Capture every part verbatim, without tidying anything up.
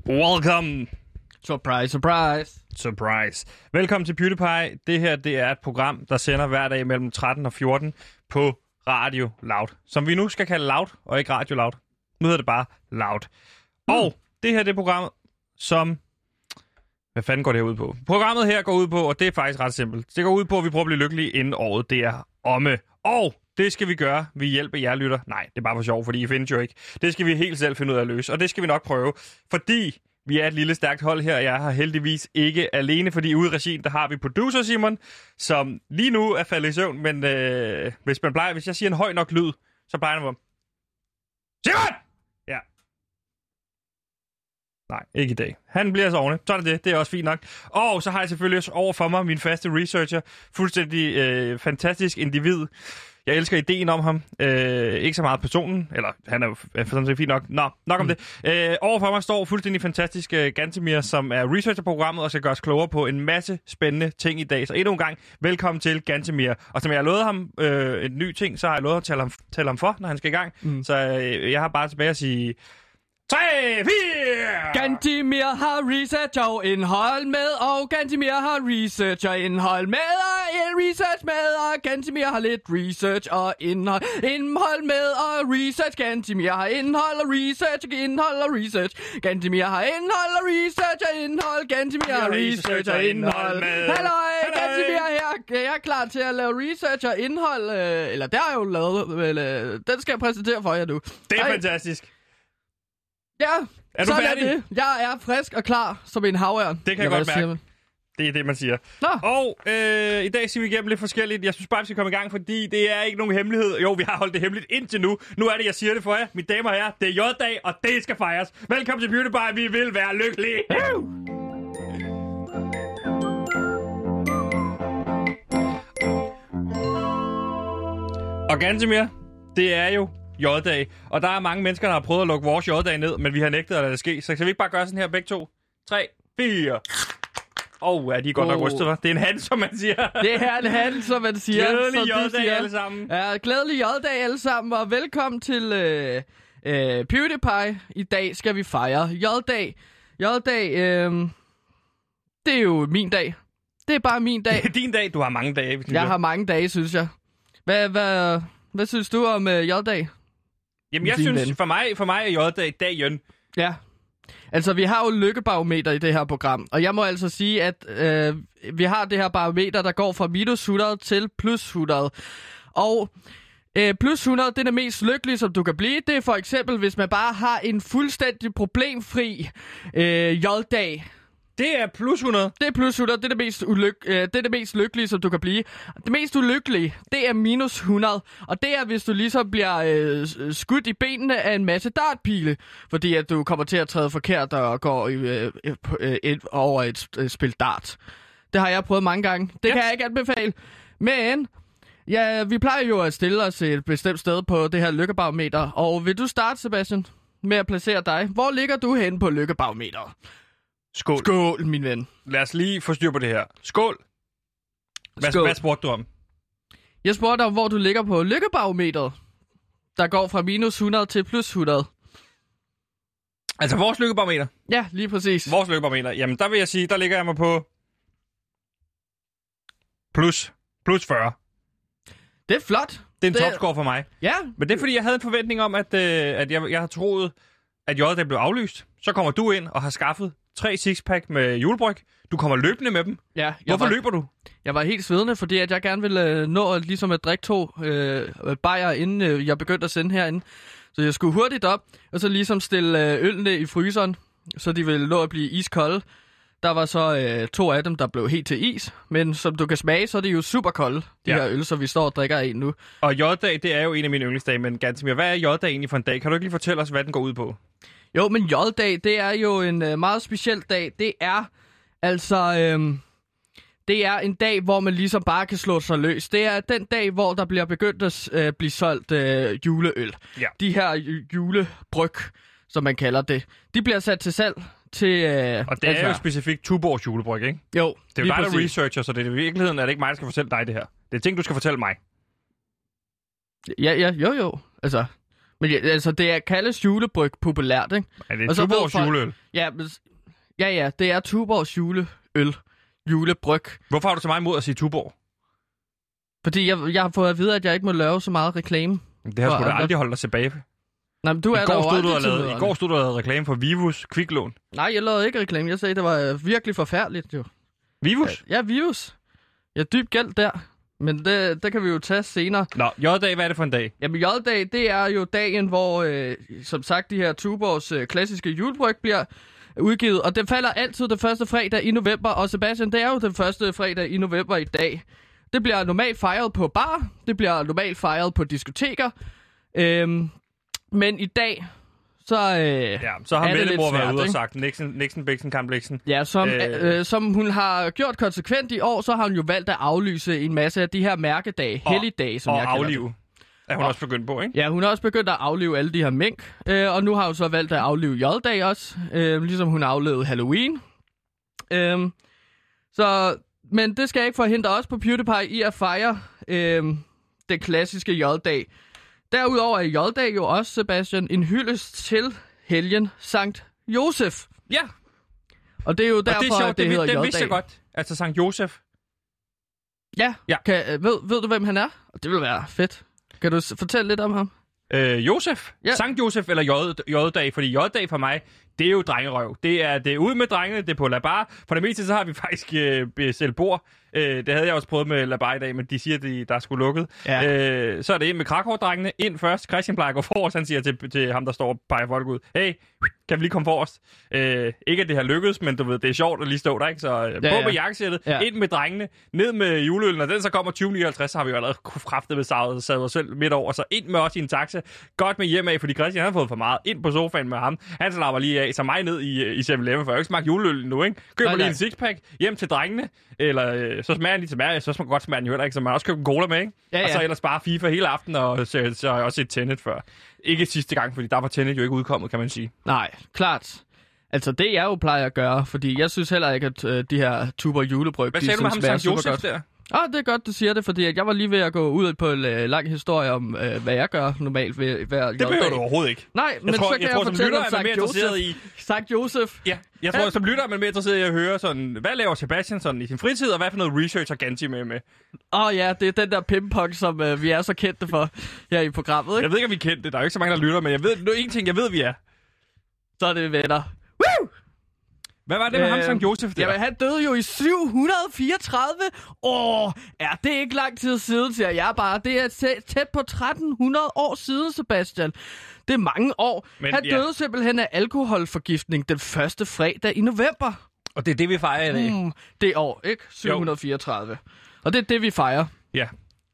Welcome. Surprise, surprise. Surprise. Velkommen til PewDiePie. Det her det er et program, der sender hver dag mellem tretten og fjorten på Radio Loud. Som vi nu skal kalde Loud, og ikke Radio Loud. Nu hedder det bare Loud. Mm. Og det her det er programmet, som... Hvad fanden går det her ud på? Programmet her går ud på, og det er faktisk ret simpelt. Det går ud på, at vi prøver at blive lykkelige inden året. Det er omme. Og det skal vi gøre ved hjælp af jer lytter. Nej, det er bare for sjov, fordi I findes jo ikke. Det skal vi helt selv finde ud af at løse, og det skal vi nok prøve. Fordi vi er et lille stærkt hold her, og jeg har heldigvis ikke alene, fordi ude i regien, der har vi producer Simon, som lige nu er faldet i søvn, men øh, hvis man plejer, hvis jeg siger en høj nok lyd, så plejer han på. Simon! Ja. Nej, ikke i dag. Han bliver sovende. Sådan er det. Det er også fint nok. Og så har jeg selvfølgelig også over for mig min faste researcher. Fuldstændig øh, fantastisk individ. Jeg elsker ideen om ham. Øh, ikke så meget personen. Eller han er jo sådan set fint nok. Nå, nok om mm. det. Øh, over for mig står fuldstændig fantastisk uh, Gantemir, som er researcher på programmet og skal gøre os klogere på en masse spændende ting i dag. Så endnu en gang, velkommen til Gantemir. Og som jeg har lovet ham øh, en ny ting, så har jeg lovet at tale ham, tale ham for, når han skal i gang. Mm. Så øh, jeg har bare tilbage at sige... tre, fire! Gantemir har research og indhold med, og Gantemir har research og indhold med, og research med, og Gantemir har lidt research og indhold. Indhold med, og research. Gantemir har indhold og research, indhold og research. Gantemir har indhold og research og indhold. Gantemir har research og indhold. Halløj, Gantemir her. Jeg er klar til at lave research og indhold. Eller det har jeg jo lavet. Den skal jeg præsentere for jer nu. Det er fantastisk. Ja, er du sådan færdig? er det. Jeg er frisk og klar som en havørn. Det kan jeg, jeg godt mærke. Det er det, man siger. Nå. Og øh, i dag skal vi igennem lidt forskelligt. Jeg synes bare, vi skal komme i gang, fordi det er ikke nogen hemmelighed. Jo, vi har holdt det hemmeligt indtil nu. Nu er det, jeg siger det for jer. Mine damer og herrer, det er J-dag, og det skal fejres. Velkommen til PewDiePie. Vi vil være lykkelige. Og Gantemir, det er jo J-dag. Og der er mange mennesker, der har prøvet at lukke vores J-dag ned, men vi har nægtet at lade det ske. Så kan vi ikke bare gøre sådan her begge to? tre, fire. Åh, oh, ja, de er godt nok rystet, hva'? Det er en hand, som man siger. Det er en hand, som man siger. Glædelig J-dag alle sammen. Ja, glædelig J-dag alle sammen, og velkommen til øh, øh, PewDiePie. I dag skal vi fejre J-dag. J-dag, øh, det er jo min dag. Det er bare min dag. Det er din dag. Du har mange dage. Jeg har mange dage, synes jeg. Hvad, hvad, hvad synes du om øh, J-dag? Jamen, jeg synes, ven. for mig, for mig er J-dag dagen. Ja. Altså, vi har jo lykkebarometer i det her program, og jeg må altså sige, at øh, vi har det her barometer, der går fra minus hundrede til plus hundrede. Og øh, plus hundrede, det er det mest lykkelige, som du kan blive. Det er for eksempel, hvis man bare har en fuldstændig problemfri øh, J-dag. Det er plus hundrede. Det er plus hundrede. Det er det mest, ulyk- øh, det er det mest lykkelige, som du kan blive. Det mest ulykkelige, det er minus hundrede. Og det er, hvis du ligesom bliver øh, skudt i benene af en masse dartpile. Fordi at du kommer til at træde forkert og går øh, øh, øh, over et øh, spil dart. Det har jeg prøvet mange gange. Det ja. kan jeg ikke anbefale. Men ja, vi plejer jo at stille os et bestemt sted på det her lykkebarometer. Og vil du starte, Sebastian, med at placere dig? Hvor ligger du henne på lykkebarometeret? Skål. Skål, min ven. Lad os lige få styr på det her. Skål. Hvad, Skål. hvad spurgte du om? Jeg spurgte om, hvor du ligger på lykkebarometeret, der går fra minus hundrede til plus hundrede. Altså vores lykkebarometer? Ja, lige præcis. Vores lykkebarometer. Jamen, der vil jeg sige, der ligger jeg mig på plus, plus fyrre. Det er flot. Det er en det... topscore for mig. Ja. Men det er, fordi jeg havde en forventning om, at, øh, at jeg, jeg har troet, at J-dag blev aflyst. Så kommer du ind og har skaffet tre sixpack med julebryg. Du kommer løbende med dem. Ja, Hvorfor var, løber du? Jeg var helt svedende, fordi at jeg gerne ville øh, nå ligesom at drikke to øh, bajer, inden øh, jeg begyndte at sende herinde. Så jeg skulle hurtigt op, og så ligesom stille øh, ølene i fryseren, så de ville nå at blive iskolde. Der var så øh, to af dem, der blev helt til is. Men som du kan smage, så er de jo super kolde, de ja. her øl, så vi står og drikker af nu. Og J-dag, det er jo en af mine yndlingsdage, men Gantemir, hvad er J-dag egentlig for en dag? Kan du ikke lige fortælle os, hvad den går ud på? Jo, men J-dag, det er jo en øh, meget speciel dag. Det er altså... Øh, det er en dag, hvor man ligesom bare kan slå sig løs. Det er den dag, hvor der bliver begyndt at øh, blive solgt øh, juleøl. Ja. De her julebryg, som man kalder det, de bliver sat til salg til... Øh, og det altså, er jo specifikt Tuborgs julebryg, ikke? Jo, det er jo dig, der researcher, så det er i virkeligheden, er det ikke mig, der skal fortælle dig det her. Det er ting, du skal fortælle mig. Ja, ja, jo, jo. Altså, Men ja, altså, det er kaldes julebryg populært, ikke? Er det Og så ved Tuborgs folk- juleøl? Ja, men, ja, ja, det er Tuborgs juleøl. Julebryg. Hvorfor har du så meget imod at sige Tuborg? Fordi jeg, jeg har fået at vide, at jeg ikke må lave så meget reklame. Det har Og- sgu da og- aldrig holdt dig tilbage. Nej, men du I er der går, jo stod du aldrig og til lavede, I møderne. går stod du og lavede reklame for Vivus kviklån. Nej, jeg lavede ikke reklame. Jeg sagde, at det var øh, virkelig forfærdeligt, jo. Vivus? Ja, virus. Jeg er dyb gæld der. Men det, det kan vi jo tage senere. Nå, J-dag, hvad er det for en dag? Jamen, J-dag, det er jo dagen, hvor, øh, som sagt, de her Tuborgs øh, klassiske julebryg bliver udgivet. Og det falder altid den første fredag i november. Og Sebastian, det er jo den første fredag i november i dag. Det bliver normalt fejret på bar. Det bliver normalt fejret på diskoteker. Øhm, men i dag, så, øh, Ja, så har er det Mette lidt mor været svært, ude og ikke? sagt, Nixon, Nixon, Bixen, Kampliksen. Ja, som, Øh. øh, som hun har gjort konsekvent i år, så har hun jo valgt at aflyse en masse af de her mærkedage, Og- helligdage, som Og jeg kalder det. aflive. Er hun Og- også begyndt på, ikke? Ja, hun har også begyndt at aflive alle de her mink, øh, og nu har hun så valgt at aflive J-dag også, øh, ligesom hun aflevede Halloween. Øh, så, men det skal ikke forhindre os på PewDiePie i at fejre øh, den klassiske J-dag. Derudover er J-dag jo også, Sebastian, en hyldest til helgen Sankt Josef. Ja, Og det er jo og derfor, det er sjovt, at det, det, hedder det, det J-dag. vidste jeg godt. Altså Sankt Josef. Ja, Ja. Kan, øh, ved, ved du, hvem han er? Det vil være fedt. Kan du s- fortælle lidt om ham? Øh, Josef? Ja. Sankt Josef eller J- J-dag? Fordi J-dag for mig, det er jo drengerøv. Det er, det er ud med drengene, det er på La Bar. For det meste, så har vi faktisk øh, bestilt bord. Øh, det havde jeg også prøvet med La Bar i dag, men de siger, at de, der er sgu lukket. Ja. Øh, så er det ind med Krakow-drengene. Ind først. Christian plejer at gå forrest. Han siger til, til ham, der står og peger folk ud. Hey, kan vi lige komme forrest? Øh, ikke, at det har lykkedes, men du ved, det er sjovt at lige stå der, ikke? Så øh, Ja, på ja. med jakkesættet. Ja. Ind med drengene. Ned med juleøllen. Og den så kommer tyve nioghalvtreds, så har vi jo allerede kraftet med savet, sad os selv midt over. Så ind med os i en taxa. Godt med hjem af, fordi Christian han har fået for meget. Ind på sofaen med ham. Han slapper lige af, så mig ned i, i syv elleve, for jeg har jo ikke smagt juleøl nu, ikke? Køber Nej, lige nej. en sixpack hjem til drengene. Eller øh, så smager den lige til mig. Så smager godt smager den jo heller ikke, så man har også købt en cola med, ikke? Ja, ja. Og så ellers bare FIFA hele aftenen, og så, så har jeg også set Tenet før. Ikke sidste gang, fordi der var Tenet jo ikke udkommet, kan man sige. Nej, klart. Altså, det jeg jo plejer at gøre, fordi jeg synes heller ikke, at øh, de her Tuborg julebryg, Hvad de sagde du med sådan ham, smager Sankt Josef supergodt. der? Åh, oh, det er godt, du siger det, fordi at jeg var lige ved at gå ud på en øh, lang historie om, øh, hvad jeg gør normalt ved hver Det behøver du overhovedet ikke. Nej, men Jeg tror, så kan jeg jeg, tror som fortælle lytter om er man mere Sankt interesseret Josef. i... Sankt Josef. Ja, jeg tror, som lytter er man mere interesseret i at høre sådan, hvad laver Sebastian sådan i sin fritid, og hvad for noget research har Ganti med med? Åh oh, ja, det er den der pimpong, som øh, vi er så kendte for her i programmet, ikke? Jeg ved ikke, om vi kendte det. Der er jo ikke så mange, der lytter, men jeg ved, nu er en ting, jeg ved, vi er. Så er det venner. Woo! Hvad var det med øh, ham, Sankt Josef der? Jamen, han døde jo i syv hundrede fireogtredive. Åh, er det ikke lang tid siden, siger jeg bare. Det er tæt, tæt på tretten hundrede år siden, Sebastian. Det er mange år. Men, Han ja. døde simpelthen af alkoholforgiftning den første fredag i november. Og det er det, vi fejrer i dag. Mm, det år, ikke? syv hundrede fireogtredive. Og det er det, vi fejrer. Ja.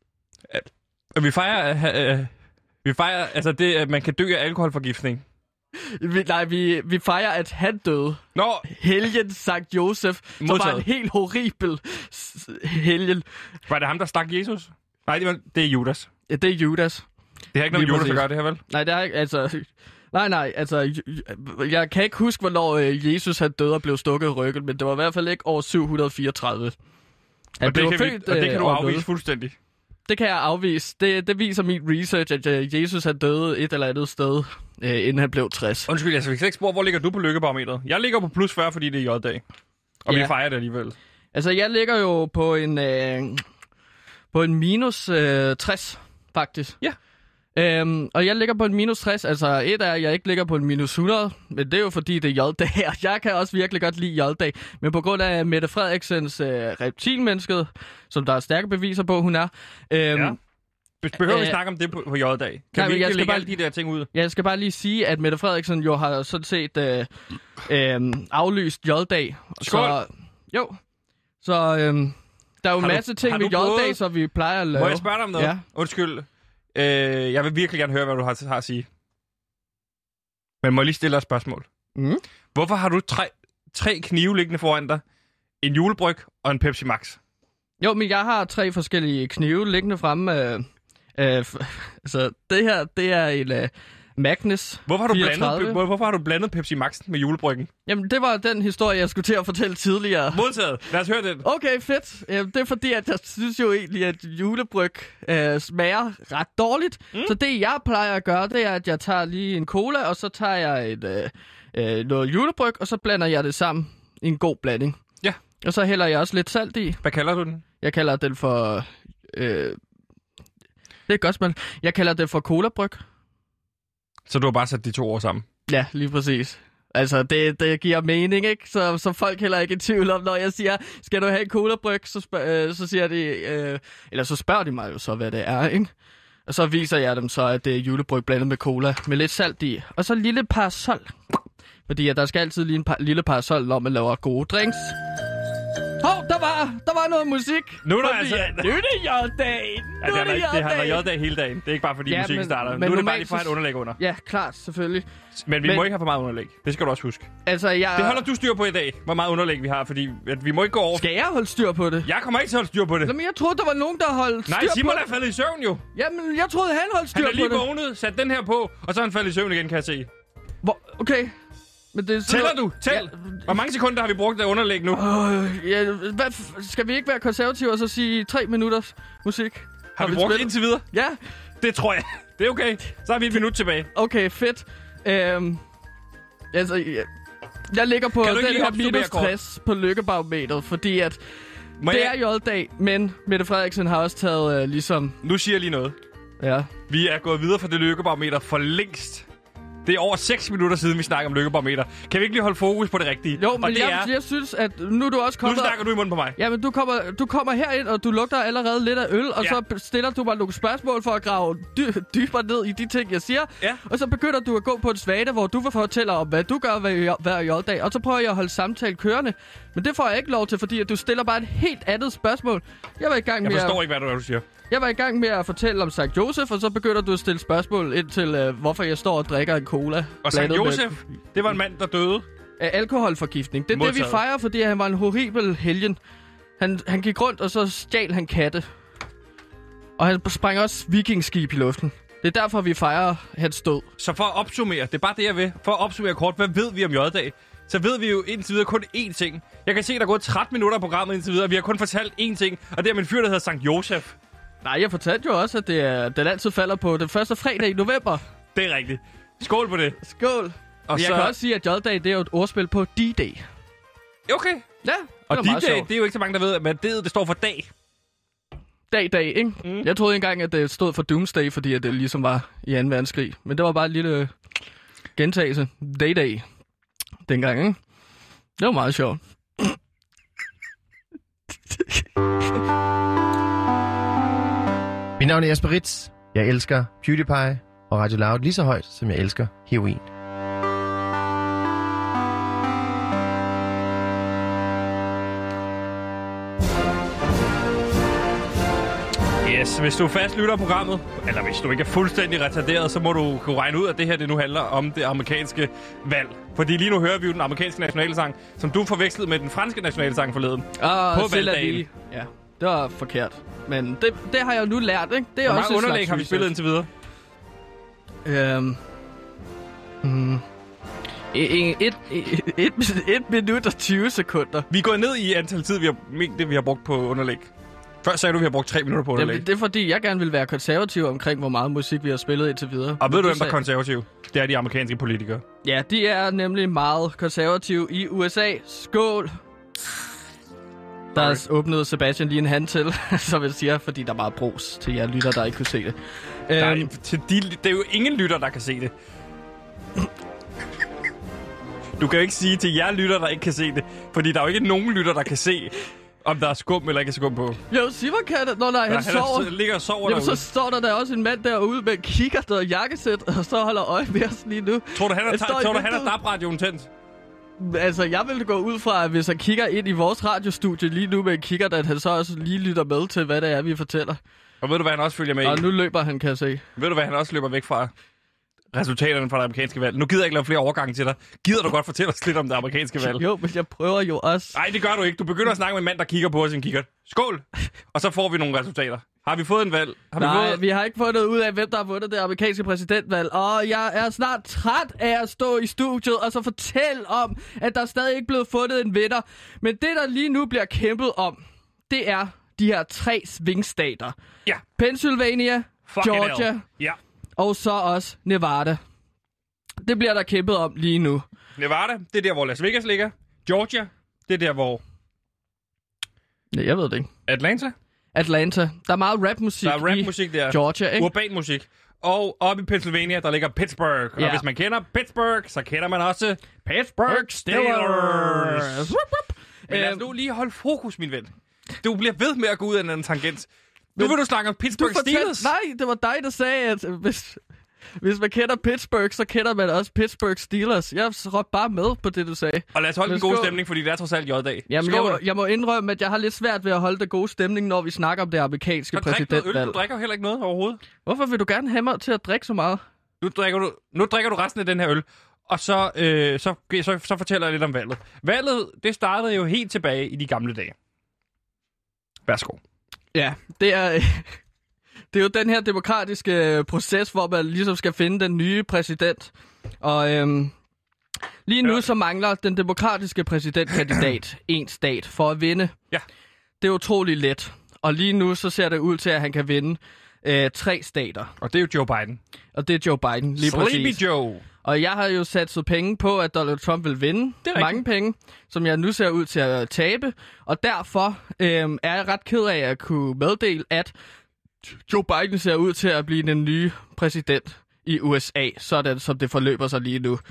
Og vi fejrer... Øh, øh, vi fejrer, altså det, at man kan dø af alkoholforgiftning. Vi, nej, vi, vi fejrer, at han døde. Nå, Helgen Sankt Josef, som var Modtaget. en helt horribel s- helgen. var det ham, der stak Jesus? Nej, det, var, det er Judas. Ja, det er Judas. Det har ikke noget Lige med Judas at præcis. gøre, det her, vel? Nej, det er ikke, altså... Nej, nej, altså... Jeg kan ikke huske, hvornår øh, Jesus han døde og blev stukket i ryggen, men det var i hvert fald ikke år syv hundrede fireogtredive. Og Han det, blev kan vi, født, og det øh, kan du år afvise nul. fuldstændig. Det kan jeg afvise. Det, det viser min research, at øh, Jesus han døde et eller andet sted, øh, inden han blev tres. Undskyld, jeg skal ikke spore, hvor ligger du på lykkebarometeret? Jeg ligger på plus fyrre, fordi det er J-dag. Og Ja. vi fejrer det alligevel. Altså, jeg ligger jo på en, øh, på en minus øh, tres, faktisk. Ja. Øhm, og jeg ligger på en minus tres. Altså, et er, at jeg ikke ligger på en minus hundrede, men det er jo fordi, det er J-dag, og jeg kan også virkelig godt lide J-dag. Men på grund af Mette Frederiksens øh, reptilmennesket, som der er stærke beviser på, hun er... Øhm, Ja. Behøver vi Øh, snakke om det på, på J-dag? Kan nej, vi men ikke jeg skal lægge bare- alle de der ting ud? Jeg skal bare lige sige, at Mette Frederiksen jo har sådan set øh, øh, aflyst J-dag. Skål! Så, jo. Så øh, der er jo en Har du- masse ting har ved du prøvet- J-dag, som vi plejer at lave. Må jeg spørge dig om noget? Ja. Undskyld. Øh, jeg vil virkelig gerne høre, hvad du har, har at sige. Men må jeg lige stille dig et spørgsmål? Mm. Hvorfor har du tre, tre knive liggende foran dig? En julebryg og en Pepsi Max? Jo, men jeg har tre forskellige knive liggende fremme. Øh, øh, f- altså, det her, det er en øh, Magnus. Hvorfor har, du fireogtredive. blandet, hvor- hvorfor har du blandet Pepsi Max med julebryggen? Jamen, det var den historie, jeg skulle til at fortælle tidligere. Modtaget. Lad os høre den. Okay, fedt. Jamen, det er fordi, at jeg synes jo egentlig, at julebryg øh, smager ret dårligt. Mm. Så det, jeg plejer at gøre, det er, at jeg tager lige en cola, og så tager jeg et, øh, øh, noget julebryg, og så blander jeg det sammen i en god blanding. Ja. Og så hælder jeg også lidt salt i. Hvad kalder du den? Jeg kalder den for... Øh, det er godt smalt. Jeg kalder det for colabryg. Så du har bare sat de to ord sammen? Ja, lige præcis. Altså, det, det giver mening, ikke? Så, så folk heller ikke i tvivl om, når jeg siger, skal du have en colabryg, så, spørg, øh, så siger de... Øh, eller så spørger de mig jo så, hvad det er, ikke? Og så viser jeg dem så, at det er julebryg blandet med cola, med lidt salt i. Og så en lille parasol. Fordi at der skal altid lige en par, lille parasol, når man laver gode drinks. Hov, der var, der var noget musik. Nu er der fordi, altså... Nu er det J-dag. Ja, det, har været, det har været J-dag hele dagen. Det er ikke bare fordi Ja, musikken men- starter. men Nu er det bare normalt lige for at have et underlæg under. Ja, klart, selvfølgelig. Men vi Men- må ikke have for meget underlæg. Det skal du også huske. Altså, jeg... Det holder du styr på i dag, hvor meget underlæg vi har, fordi at vi må ikke gå over. Skal jeg holde styr på det? Jeg kommer ikke til at holde styr på det. Jamen, jeg troede, der var nogen, der holdt styr Nej, på Simon det. er faldet i søvn jo. Jamen, jeg troede, han holdt styr Han er lige på det. vågnet, sat den her på, og så er han faldet i søvn igen, kan jeg se. Hvor... Okay. Men det er så... Tæller du? Tæl! Ja. Hvor mange sekunder har vi brugt af underlæg nu? Øh, ja, hvad, f- skal vi ikke være konservative og så sige tre minutters musik? Har vi brugt spillet? indtil videre? Ja, Det tror jeg. Det er okay. Så har vi et minut tilbage. okay, fedt. Øhm, altså, jeg, jeg ligger på Kan du ikke den lige her opsummere minus kort? tres på lykkebarometeret, fordi at Må det jeg... er J-dag, men Mette Frederiksen har også taget øh, ligesom... Nu siger jeg lige noget. Ja. Vi er gået videre fra det lykkebarometer for længst. Det er over seks minutter siden, vi snakker om lykkebarometer. Kan vi ikke lige holde fokus på det rigtige? Jo, og men det jeg, er... jeg synes, at nu er du også Nu kommet... snakker du i munden på mig. Ja, men du kommer, du kommer herind, og du lugter allerede lidt af øl, og Ja. så stiller du mig nogle spørgsmål for at grave dy- dybere ned i de ting, jeg siger. Ja. Og så begynder du at gå på en svane, hvor du vil fortælle om, hvad du gør hver, hver J-dag. Og så prøver jeg at holde samtale kørende. Men det får jeg ikke lov til, fordi at du stiller bare et helt andet spørgsmål. Jeg var i gang Jeg med, at, forstår ikke, hvad du, hvad du siger. jeg var i gang med at fortælle om Sankt Josef, og så begynder du at stille spørgsmål ind til, uh, hvorfor jeg står og drikker en cola. Og Sankt blandet med- Josef, det var en mand, der døde. af alkoholforgiftning. Det er det, vi Modtaget. fejrer, fordi han var en horribel helgen. Han, han gik rundt, og så stjal han katte. Og han sprang også vikingskib i luften. Det er derfor, vi fejrer hans død. Så for at opsummere, det er bare det, jeg vil. For at opsummere kort, hvad ved vi om J-dag? Så ved vi jo indtil videre kun én ting. Jeg kan se, der er gået tretten minutter af programmet indtil videre, og vi har kun fortalt én ting. Og det er min fyr, der hedder Sankt Josef. Nej, jeg fortalte jo også, at det er, den altid falder på den første fredag i november. Det er rigtigt. Skål på det. Skål. Og Og jeg så... kan også sige, at J-dag, det er jo et ordspil på D-Day. Okay. Ja, Og det er meget D-Day, sjovt. det er jo ikke så mange, der ved, men det, det står for dag. Dag-dag, ikke? Mm. Jeg troede engang, at det stod for Doomsday, fordi at det ligesom var i anden verdenskrig. Men det var bare en lille gentagelse. Day-day. Dengang, ikke? Det var meget sjovt. Mit navn er Jesper Ritz. Jeg elsker PewDiePie og Radio Loud lige så højt, som jeg elsker heroin. Yes, hvis du er fast lytter af programmet, eller hvis du ikke er fuldstændig retarderet, så må du kunne regne ud, at det her det nu handler om det amerikanske valg. Fordi lige nu hører vi jo den amerikanske nationalsang, som du forvekslede med den franske nationalsang forleden. Og På C'est la valgdagen. vie. Ja, det var forkert. Men det, det har jeg jo nu lært, ikke? Det er Hvor også mange et underlæg slags har vi spillet research. indtil videre? Øhm... Mm, et, et, et, et, et minut og tyve sekunder. Vi er gået ned i antal tid, vi har, det, vi har brugt på underlæg. Før sagde du, at vi har brugt tre minutter på underlæg. Jamen, det er fordi, jeg gerne vil være konservativ omkring, hvor meget musik vi har spillet indtil videre. Og ved du, hvem der sagde- er konservativ? Det er de amerikanske politikere. Ja, de er nemlig meget konservative i U S A. Skål! Der er åbnet Sebastian lige en hand til, som jeg siger, fordi der er meget brus til jer lytter, der ikke kunne se det. Der er, Øhm, til de, det er jo ingen lytter, der kan se det. Du kan jo ikke sige til jer lytter, der ikke kan se det. Fordi der er jo ikke nogen lytter, der kan se, om der er skum eller ikke er skum på. jo, Simon kan det. Nå nej, han, Han sover. er, ligger og sover Jamen, derude. så står der der også en mand derude med kikkert og jakkesæt, og så holder øje med os lige nu. Tror du, han Han har, står i tror du, han har vinduet. D A B-radioen tændt? Altså, jeg vil gå ud fra, at hvis han kigger ind i vores radiostudie lige nu med en kikkert, at han så også lige lytter med til, hvad det er, vi fortæller. Og ved du, hvad han også følger med Og i? nu løber han, kan jeg se. Ved du, hvad han også løber væk fra? Resultaterne fra det amerikanske valg. Nu gider jeg ikke lave flere overgange til dig. Gider du godt fortælle os lidt om det amerikanske valg? Jo, men jeg prøver jo også. Nej, det gør du ikke. Du begynder at snakke med en mand, der kigger på os i en kikkert. Skål! Og så får vi nogle resultater. Har vi fået en valg? Har Nej, vi, fået... vi har ikke fundet ud af, hvem der har vundet det amerikanske præsidentvalg. Og jeg er snart træt af at stå i studiet og så fortælle om, at der stadig ikke er blevet fundet en vinder. Men det, der lige nu bliver kæmpet om, det er de her tre svingstater. Ja. Pennsylvania, Fucking Georgia hell. Ja. og så også Nevada. Det bliver der kæmpet om lige nu. Nevada, det er der, hvor Las Vegas ligger. Georgia, det er der, hvor... Ja, jeg ved det ikke. Atlanta. Atlanta. Der er meget rapmusik Der er rapmusik der. i Georgia, ikke? Urban musik. Og oppe i Pennsylvania, der ligger Pittsburgh. Ja. Og hvis man kender Pittsburgh, så kender man også... Pittsburgh Steelers. Men lad os nu lige holde fokus, min ven. Du bliver ved med at gå ud af en tangent. Nu vil du snakke om Pittsburgh Steelers. Nej, det var dig, der sagde, at hvis, hvis man kender Pittsburgh, så kender man også Pittsburgh Steelers. Jeg råbte bare med på det, du sagde. Og lad os holde Men den gode skål. stemning, fordi det er trods alt J-dag. Jamen, jeg må, jeg må indrømme, at jeg har lidt svært ved at holde den gode stemning, når vi snakker om det amerikanske Så drik noget øl. præsidentvalg. Du drikker jo heller ikke noget overhovedet. Hvorfor vil du gerne have mig til at drikke så meget? Nu drikker du, nu drikker du resten af den her øl. Og så, øh, så, så, så fortæller jeg lidt om valget. Valget, det startede jo helt tilbage i de gamle dage. Værsgo. Ja, det er, det er jo den her demokratiske proces, hvor man ligesom skal finde den nye præsident. Og øhm, lige nu Ja. så mangler den demokratiske præsidentkandidat en stat for at vinde. Ja. Det er utrolig let. Og lige nu så ser det ud til, at han kan vinde øh, tre stater. Og det er jo Joe Biden. Og det er Joe Biden, lige Sleepy præcis. Joe. Og jeg har jo satset penge på, at Donald Trump vil vinde. Det er mange penge, som jeg nu ser ud til at tabe. Og derfor øhm, er jeg ret ked af at kunne meddele, at Joe Biden ser ud til at blive den nye præsident i U S A, sådan som det forløber sig lige nu.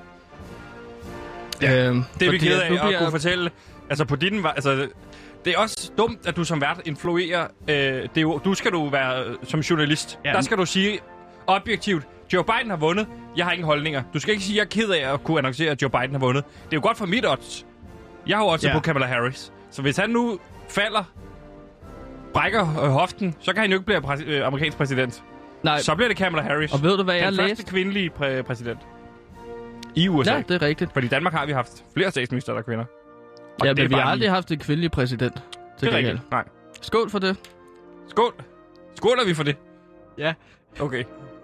Ja, øhm, Det er vi fordi ked at af nu at bliver- kunne fortælle. Altså på din vej, altså det er også dumt, at du som vært influerer. Øh, det er jo, du skal du være øh, som journalist. Ja. Der skal du sige objektivt, Joe Biden har vundet. Jeg har ingen holdninger. Du skal ikke sige, at jeg er ked af at kunne annoncere, at Joe Biden har vundet. Det er jo godt for mit odds. Jeg har jo også Ja. på Kamala Harris. Så hvis han nu falder, brækker øh, hoften, så kan han jo ikke blive præ- øh, amerikansk præsident. Nej, Så bliver det Kamala Harris. og ved du, hvad jeg har den første læst? kvindelige præ- præsident i U S A. Ja, det er rigtigt. Fordi i Danmark har vi haft flere statsminister, der er kvinder. Og Ja, det er men vi har bare aldrig lige- haft en kvindelig præsident. Det Til er gengæld. rigtigt. Nej. Skål for det. Skål. Skåler vi for det? Ja. Okay.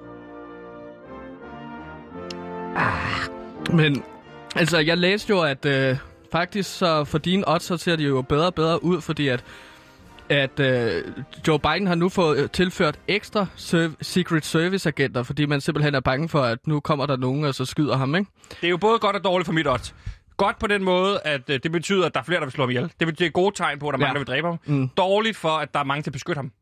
Men altså, jeg læste jo, at øh, faktisk så for dine odds, så ser de jo bedre og bedre ud, fordi at, at øh, Joe Biden har nu fået øh, tilført ekstra serv- Secret Service-agenter, fordi man simpelthen er bange for, at nu kommer der nogen, og så skyder ham, ikke? Det er jo både godt og dårligt for mit odds. Godt på den måde, at øh, det betyder, at der er flere, der vil slå ham ihjel. Det betyder gode tegn på, at der er mange, Ja. der vil dræbe ham. Mm. Dårligt for, at der er mange til at beskytte ham.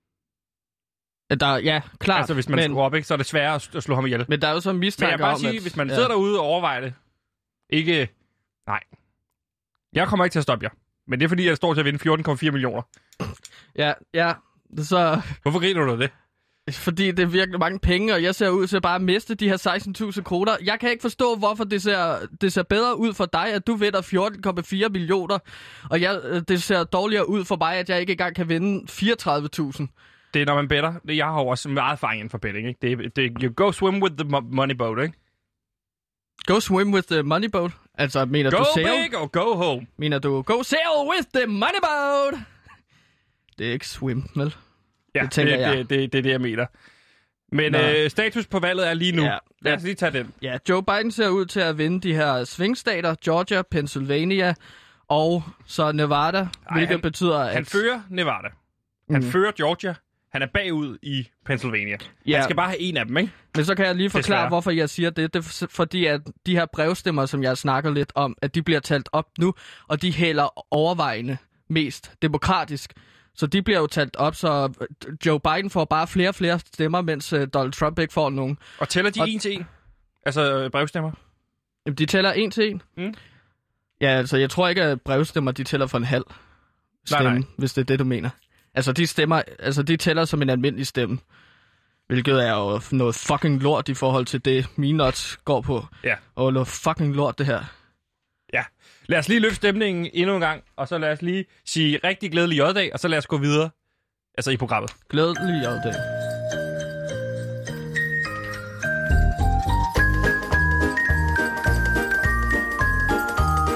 At Der, ja, klart. Altså, hvis man men, skruer op, ikke, så er det sværere at, at slå ham ihjel. men der er jo så en Men jeg mistanke vil bare om, sige, at... hvis man ja. sidder derude og overvejer det, ikke... Nej. Jeg kommer ikke til at stoppe jer. Men det er, fordi jeg står til at vinde fjorten komma fire millioner. Ja, ja, så... Hvorfor griner du af det? Fordi det er virkelig mange penge, og jeg ser ud til bare at miste de her seksten tusind kroner. Jeg kan ikke forstå, hvorfor det ser, det ser bedre ud for dig, at du vinder fjorten komma fire millioner, og jeg, det ser dårligere ud for mig, at jeg ikke engang kan vinde fireogtredive tusind. Det er, når man better. Jeg har jo også meget erfaring inden for betting, ikke? Det, er- det, er- you go swim with the mo- money boat, ikke? Go swim with the money boat. Altså, mener Go du sail? big or go home. Mener du go sail with the money boat? Det er ikke swim, vel? Ja, Det tænker det, jeg. Det, det, det er det, jeg mener. Men Nå. øh, status på valget er lige nu. Ja. Lad os lige tage den. Ja, Joe Biden ser ud til at vinde de her svingstater, Georgia, Pennsylvania og så Nevada, Ej, hvilket han- betyder, at... Han fører Nevada. Han Mhm. fører Georgia. Han er bagud i Pennsylvania. Ja. Han skal bare have en af dem, ikke? Men så kan jeg lige forklare, Desværre. hvorfor jeg siger det. Det er f- fordi, at de her brevstemmer, som jeg snakker lidt om, at de bliver talt op nu, og de hælder overvejende mest demokratisk. Så de bliver jo talt op, så Joe Biden får bare flere og flere stemmer, mens øh, Donald Trump ikke får nogen. Og tæller de Og- en til en? Altså øh, brevstemmer? Jamen, de tæller en til en. Mm. Ja, altså, jeg tror ikke, at brevstemmer, de tæller for en halv stemme, Nej, nej. hvis det er det, du mener. Altså, de stemmer, altså, de tæller som en almindelig stemme. Hvilket er jo noget fucking lort i forhold til det, mine odds går på. Ja. Og noget fucking lort, det her. Ja. Lad os lige løfte stemningen endnu en gang, og så lad os lige sige rigtig glædelig J-dag, og så lad os gå videre. Altså i programmet. Glædelig af det.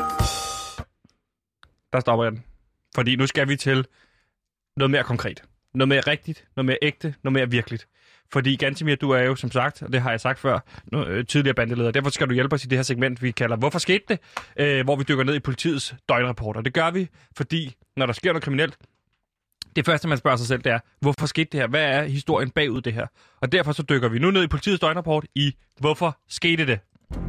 Der stopper jeg den. Fordi nu skal vi til noget mere konkret. noget mere rigtigt, noget mere ægte, noget mere virkeligt. Fordi Gantemir, du er jo som sagt, og det har jeg sagt før, nu, øh, tidligere bandeleder. Derfor skal du hjælpe os i det her segment, vi kalder Hvorfor skete det? Øh, hvor vi dykker ned i politiets døgnrapporter. Det gør vi, fordi når der sker noget kriminelt, det første, man spørger sig selv, det er, hvorfor skete det her? Hvad er historien bagud det her? Og derfor så dykker vi nu ned i politiets døgnrapport i Hvorfor skete det?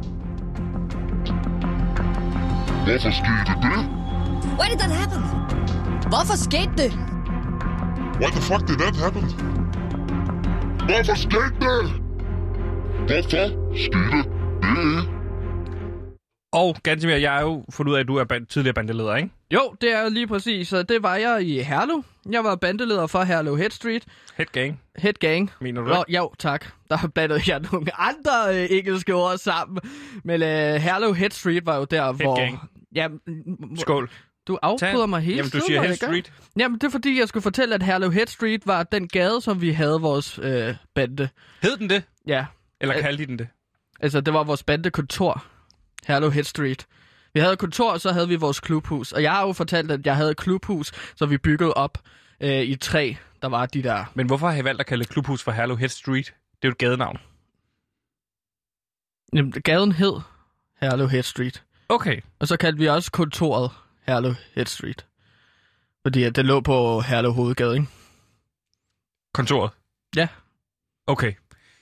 Hvorfor skete det? Why did that happen? Hvorfor skete det? Why the fuck did that happen? Hvorfor skete det? Hvorfor skete det? Og Gantemir, jeg er jo fundet ud af, at du er band- tidligere bandeleder, ikke? Jo, det er lige præcis. Så det var jeg i Herlev. Jeg var bandeleder for Herlev Head Street. Head Gang, Head Gang. mener du Nå, ikke? jo, tak. Der blandede jeg nogle andre øh, engelske ord sammen. Men øh, Herlev Head Street var jo der, hvor... Gang. Ja, m- Skål. du afbryder mig hele Jamen, du tiden. siger når Head jeg gør. Street. Jamen, det er fordi, jeg skulle fortælle, at Herlev Head Street var den gade, som vi havde vores øh, bande. Hed den det? Ja, Eller Al- kaldte I den det? altså det var vores bandekontor. Herlev Head Street. Vi havde kontor, og så havde vi vores klubhus. Og jeg har jo fortalt, at jeg havde et klubhus, så vi byggede op øh, i træ. Der var de der... Men hvorfor har I valgt at kalde et klubhus for Herlev Head Street? Det er jo et gadenavn. Jamen, gaden hed Herlev Head Street. Okay. Og så kaldte vi også kontoret Herlev Head Street. Fordi at det lå på Herlev Hovedgade, ikke? Kontoret? Ja. Okay.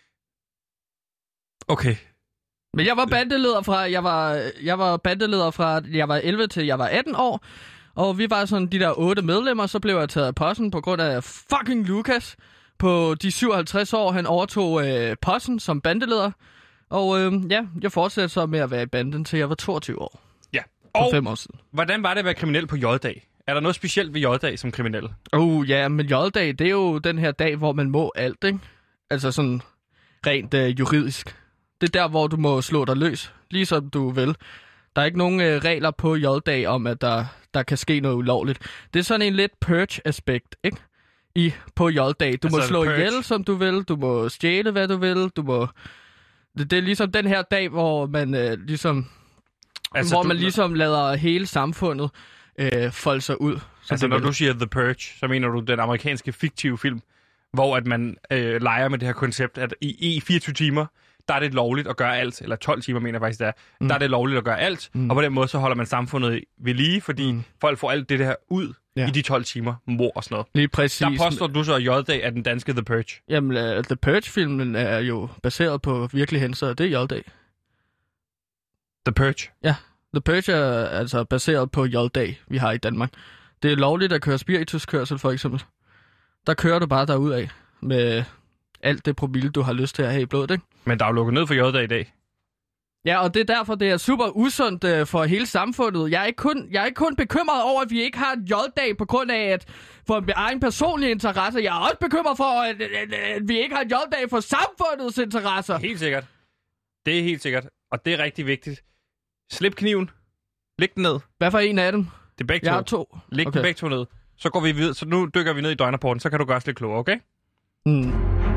Okay. Men jeg var bandeleder fra, jeg var, jeg var bandeleder fra, jeg var elleve til jeg var atten år. Og vi var sådan de der otte medlemmer, så blev jeg taget af posten på grund af fucking Lukas. På de syvoghalvtreds år, han overtog øh, posten som bandeleder. Og øh, ja, jeg fortsatte så med at være i banden, til jeg var toogtyve år. Ja. For Og fem år siden. hvordan var det at være kriminel på J-dag? Er der noget specielt ved J-dag som kriminel? Oh ja, men J-dag, det er jo den her dag, hvor man må alt, ikke? Altså sådan rent øh, juridisk. Det er der, hvor du må slå dig løs, ligesom du vil. Der er ikke nogen øh, regler på J-dag om, at der, der kan ske noget ulovligt. Det er sådan en lidt purge-aspekt, ikke? I, på J-dag. Du Altså må slå purge. ihjel, som du vil. Du må stjæle, hvad du vil. Du må... Det, det er ligesom den her dag, hvor man øh, ligesom... Altså, hvor du- man ligesom lader hele samfundet øh, folde sig ud. som Altså, det når vil. du siger The Purge, så mener du den amerikanske fiktive film, hvor at man øh, leger med det her koncept, at i, i fireogtyve timer, der er det lovligt at gøre alt, eller tolv timer mener jeg faktisk, det er, mm. der er det lovligt at gøre alt, mm. og på den måde så holder man samfundet ved lige, fordi mm. folk får alt det her ud ja. i de tolv timer, mor og sådan noget. Lige præcis. Der påstår du så, at J-dag er den danske The Purge. Jamen, uh, The Purge-filmen er jo baseret på virkelige hændelser, det er J-dag. The Purge? Ja, The Purge er altså baseret på J-dag, vi har i Danmark. Det er lovligt at køre spirituskørsel, for eksempel. Der kører du bare derudad med alt det promille, du har lyst til at have i blodet, ikke? Men der er jo lukket ned for J-dag i dag. Ja, og det er derfor, det er super usundt øh, for hele samfundet. Jeg er, ikke kun, jeg er ikke kun bekymret over, at vi ikke har et J-dag på grund af, at for min egen personlige interesse. Jeg er også bekymret for, at, at, at vi ikke har et J-dag for samfundets interesser. Helt sikkert. Det er helt sikkert. Og det er rigtig vigtigt. Slip kniven. Læg den ned. Hvad for en af dem? Det er begge Jeg to. har to. Læg Okay. dem begge to ned. Så går vi videre. Så nu dykker vi ned i døgnrapporten. Så kan du gøre os lidt klogere, okay? Mm.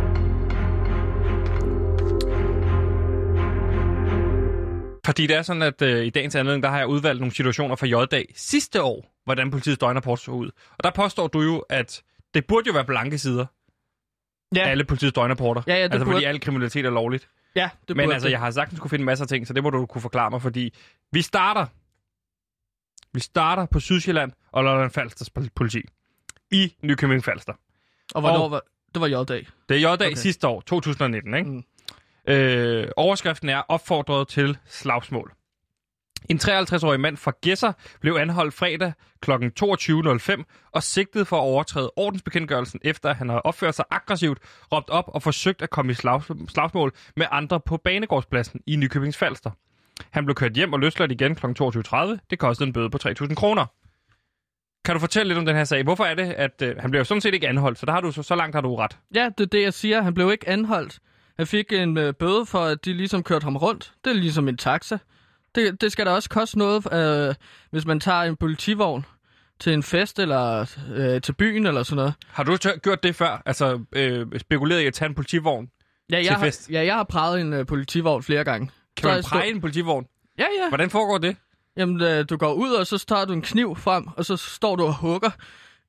Fordi det er sådan, at øh, i dagens anledning, der har jeg udvalgt nogle situationer fra J-dag sidste år, hvordan politiets døgnrapport så ud. Og der påstår du jo, at det burde jo være blanke sider. Ja. Alle politiets døgnrapporter. Ja, ja, det altså fordi burde- al kriminalitet er lovligt. Ja, det Men burde altså, det. jeg har sagtens kunne finde masser af ting, så det må du kunne forklare mig, fordi vi starter, vi starter på Sydsjælland og Lolland Falsters politi i Nykøbing Falster. Og hvornår og- var... Det var J-dag. Det er J-dag okay. Okay. sidste år, to tusind nitten, ikke? Mm. Øh, overskriften er opfordret til slagsmål. En treoghalvtreds-årig mand fra Gedser blev anholdt fredag kl. toogtyve nul fem og sigtet for at overtræde ordensbekendtgørelsen, efter at han havde opført sig aggressivt, råbt op og forsøgt at komme i slags- slagsmål med andre på Banegårdspladsen i Nykøbing Falster. Han blev kørt hjem og løsladt igen kl. toogtyve tredive. Det kostede en bøde på tre tusind kroner. Kan du fortælle lidt om den her sag? Hvorfor er det, at øh, han blev jo sådan set ikke anholdt, så, der har du, så, så langt har du ret. Ja, det er det, jeg siger. Han blev ikke anholdt. Han fik en øh, bøde for, at de ligesom kørte ham rundt. Det er ligesom en taxa. Det, det skal da også koste noget, øh, hvis man tager en politivogn til en fest eller øh, til byen eller sådan noget. Har du tør- gjort det før? Altså øh, spekuleret i at tage en politivogn? Ja, Til jeg har, fest. ja, jeg har præget en øh, politivogn flere gange. Kan Så man jeg stå- præge en politivogn? Ja, ja. Hvordan foregår det? Jamen, øh, du går ud, og så tager du en kniv frem, og så står du og hugger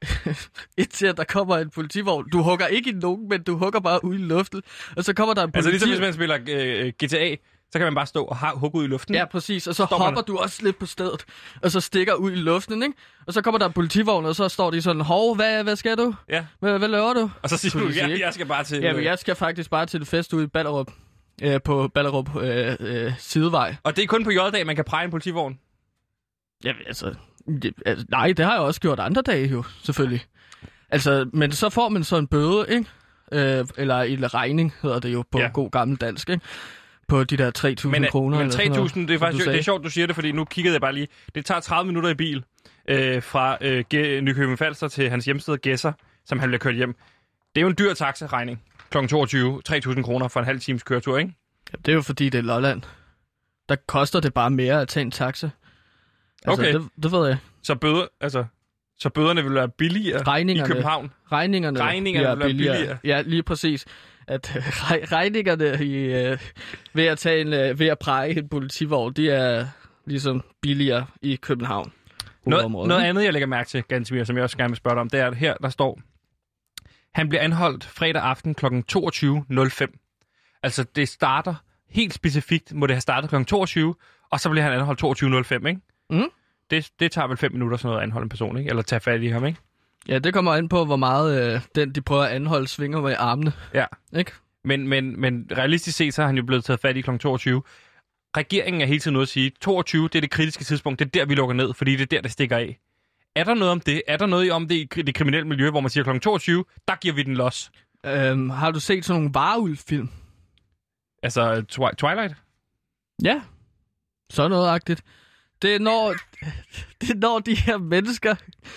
indtil at der kommer en politivogn. Du hugger ikke i nogen, men du hugger bare ud i luften. Og så kommer der en politi... Altså ligesom hvis man spiller øh, G T A, så kan man bare stå og hugge ud i luften. Ja, præcis. Og så står hopper man... du også lidt på stedet, og så stikker ud i luften, ikke? Og så kommer der en politivogn, og så står de sådan, hov, hvad, hvad skal du? Ja. Hvad, hvad laver du? Og så siger du, ja, jeg skal bare til... Ja, men jeg skal faktisk bare til en fest ude i Ballerup. Øh, på Ballerup øh, øh, Sidevej. Og det er kun på J-dag, man kan præge en politivogn? Ja, altså, det, altså... Nej, det har jeg også gjort andre dage jo, selvfølgelig. Altså, men så får man så en bøde, ikke? Øh, eller en regning, hedder det jo på ja. god gammel dansk, ikke? På de der tre tusind kroner. Men tre tusind, det er faktisk det er sjovt, du siger det, fordi nu kiggede jeg bare lige. Det tager tredive minutter i bil øh, fra øh, Nykøbing Falster til hans hjemsted Gedser, som han bliver kørt hjem. Det er jo en dyr taxaregning. klokken toogtyve, tre tusind kroner for en halv times køretur, ikke? Ja, det er jo fordi, det er Lolland. Der koster det bare mere at tage en taxa. Altså, okay. Det, det ved jeg. Så bøder, altså... Så bøderne vil være billigere i København? Regningerne, regningerne vil være billigere. billigere. Ja, lige præcis. At øh, regningerne i, øh, ved, at tage en, øh, ved at præge en politivogn, de er ligesom billigere i København. Noget, noget andet, jeg lægger mærke til, Gansmir, som jeg også gerne vil spørge dig om, det er, at her der står, han bliver anholdt fredag aften klokken toogtyve nul fem. Altså, det starter helt specifikt, må det have startet klokken toogtyve, og så bliver han anholdt toogtyve nul fem, ikke? Mm. Det, det tager vel fem minutter sådan noget at anholde en person, ikke? Eller tage fat i ham, ikke? Ja, det kommer an på, hvor meget øh, den, de prøver at anholde, svinger med armene. Ja. Ikke? Men, men, men realistisk set, så har han jo blevet taget fat i klokken toogtyve. Regeringen er hele tiden noget at sige, toogtyve, det er det kritiske tidspunkt, det er der, vi lukker ned, fordi det er der, det stikker af. Er der noget om det? Er der noget om det i det kriminelle miljø, hvor man siger klokken toogtyve, der giver vi den los? Øhm, har du set sådan nogle varulv-film? Altså, twi- Twilight? Ja, sådan noget-agtigt. Det er når, det er når de her mennesker...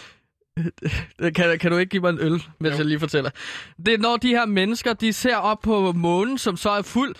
Kan, kan du ikke give mig en øl, mens jo. jeg lige fortæller? Det er når de her mennesker, de ser op på månen, som så er fuld.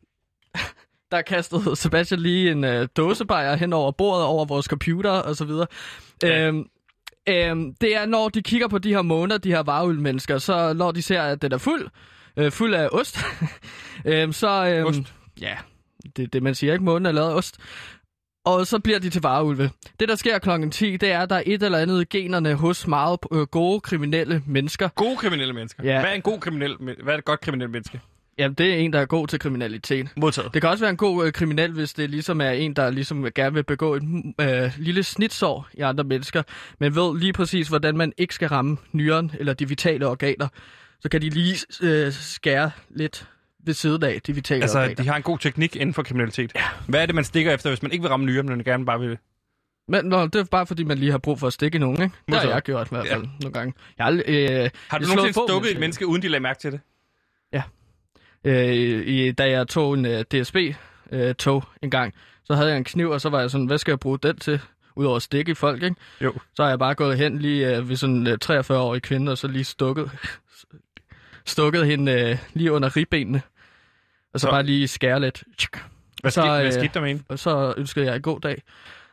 Der kastede Sebastian lige en øh, dåsebajer hen over bordet, over vores computer og så videre. Ja. Øhm, øhm, det er når de kigger på de her måner, de her varulvmennesker, så når de ser, at den er fuld, øh, fuld af ost, øhm, så... Øhm, ost? Ja, det, det man siger ikke, månen er lavet af ost. Og så bliver de til varulve. Det, der sker klokken ti, det er, at der er et eller andet i generne hos meget øh, gode kriminelle mennesker. Gode kriminelle mennesker? Ja. Hvad er en god kriminel, hvad er et godt kriminelt menneske? Jamen, det er en, der er god til kriminalitet. Modtaget. Det kan også være en god øh, kriminel, hvis det ligesom er en, der ligesom gerne vil begå et øh, lille snitsår i andre mennesker, men ved lige præcis, hvordan man ikke skal ramme nyren eller de vitale organer. Så kan de lige øh, skære lidt ved siden af de vitale altså, organer. de har en god teknik inden for kriminalitet. Ja. Hvad er det, man stikker efter, hvis man ikke vil ramme nyren, men gerne bare vil... Men nå, det er bare fordi, man lige har brug for at stikke nogen, ikke? Det har jeg gjort i hvert fald ja. nogle gange. Jeg har, øh, har du nogensinde stukket et menneske, uden de lagde mærke til det? Ja. Øh, i, da jeg tog en uh, D S B-tog uh, en gang, så havde jeg en kniv, og så var jeg sådan, hvad skal jeg bruge den til? Udover at stikke i folk, ikke? Jo. Så har jeg bare gået hen lige uh, ved sådan en uh, treogfyrre-årig kvinde, og så lige stukket, stukket hende uh, lige under ribbenene. Og så, så bare lige skære lidt. Hvad, så, skid, hvad skete der med hende? Og så ønskede jeg en god dag.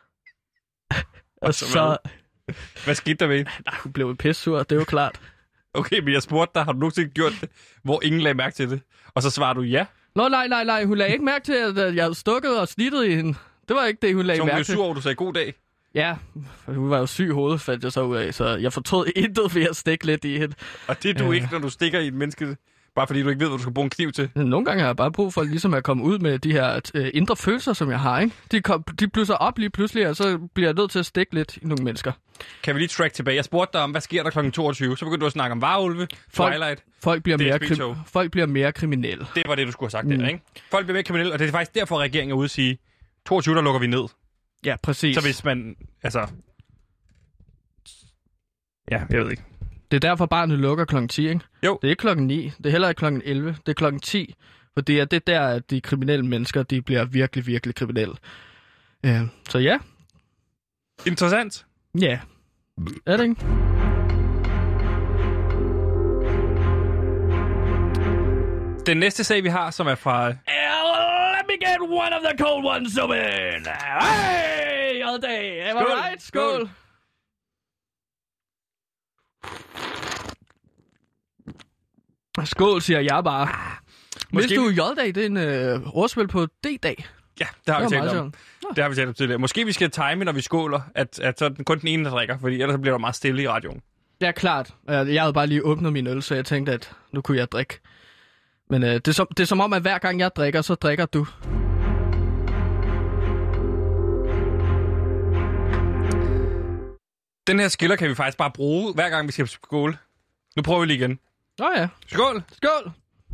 Og så... så hvad skete der med hende? Nej, hun blev pissur, det er jo klart. Okay, men jeg spurgte dig, har du nogensinde gjort det, hvor ingen lagde mærke til det? Og så svarer du ja. Nå, nej, nej, nej, hun lagde ikke mærke til, at jeg havde stukket og snittet i hende. Det var ikke det, hun lagde så mærke til. Så hun blev sur over, du sagde god dag? Ja, hun var jo syg i hovedet, fandt jeg så ud af, så jeg fortrød intet ved at stikke lidt i hende. Og det er du ja. ikke, når du stikker i et menneske, bare fordi du ikke ved, hvad du skal bruge en kniv til? Nogle gange har jeg bare brug for ligesom at komme ud med de her øh, indre følelser, som jeg har, ikke? De, kom, de blusser op lige pludselig, og så bliver jeg nødt til at stikke lidt i nogle mennesker. Kan vi lige track tilbage? Jeg spurgte dig om, hvad sker der klokken toogtyve? Så begyndte du at snakke om varulve, Twilight. Folk bliver, mere krim- folk bliver mere kriminelle. Det var det, du skulle have sagt mm. der, ikke? Folk bliver mere kriminelle, og det er faktisk derfor, regeringen er ude at sige, toogtyve, der lukker vi ned. Ja, præcis. Så hvis man, altså... Ja, jeg ved ikke. Det er derfor, barnet lukker klokken ti, ikke? Jo. Det er ikke klokken ni, det er heller ikke klokken elleve, det er klokken ti. For det er det der, at de kriminelle mennesker, de bliver virkelig, virkelig kriminelle. Uh, så ja. Interessant. Ja. Er det ikke? Den næste sag, vi har, som er fra... Uh, let me get one of the cold ones open. Hey, all day. Am I right? Skål. Skål. Skål, siger jeg bare. Hvis du J-dag, det er en øh, ordspil på D-dag. Ja, det har det vi talt om. Det har vi talt om tidligere. Måske vi skal time, når vi skåler, at, at så kun den ene, der drikker, fordi ellers bliver der meget stille i radioen. Det er klart. Jeg havde bare lige åbnet min øl, så jeg tænkte, at nu kunne jeg drikke. Men øh, det, er som, det er som om, at hver gang jeg drikker, så drikker du. Den her skiller kan vi faktisk bare bruge, hver gang vi skal skåle. Nu prøver vi lige igen. Åh oh, ja. Skål! Skål!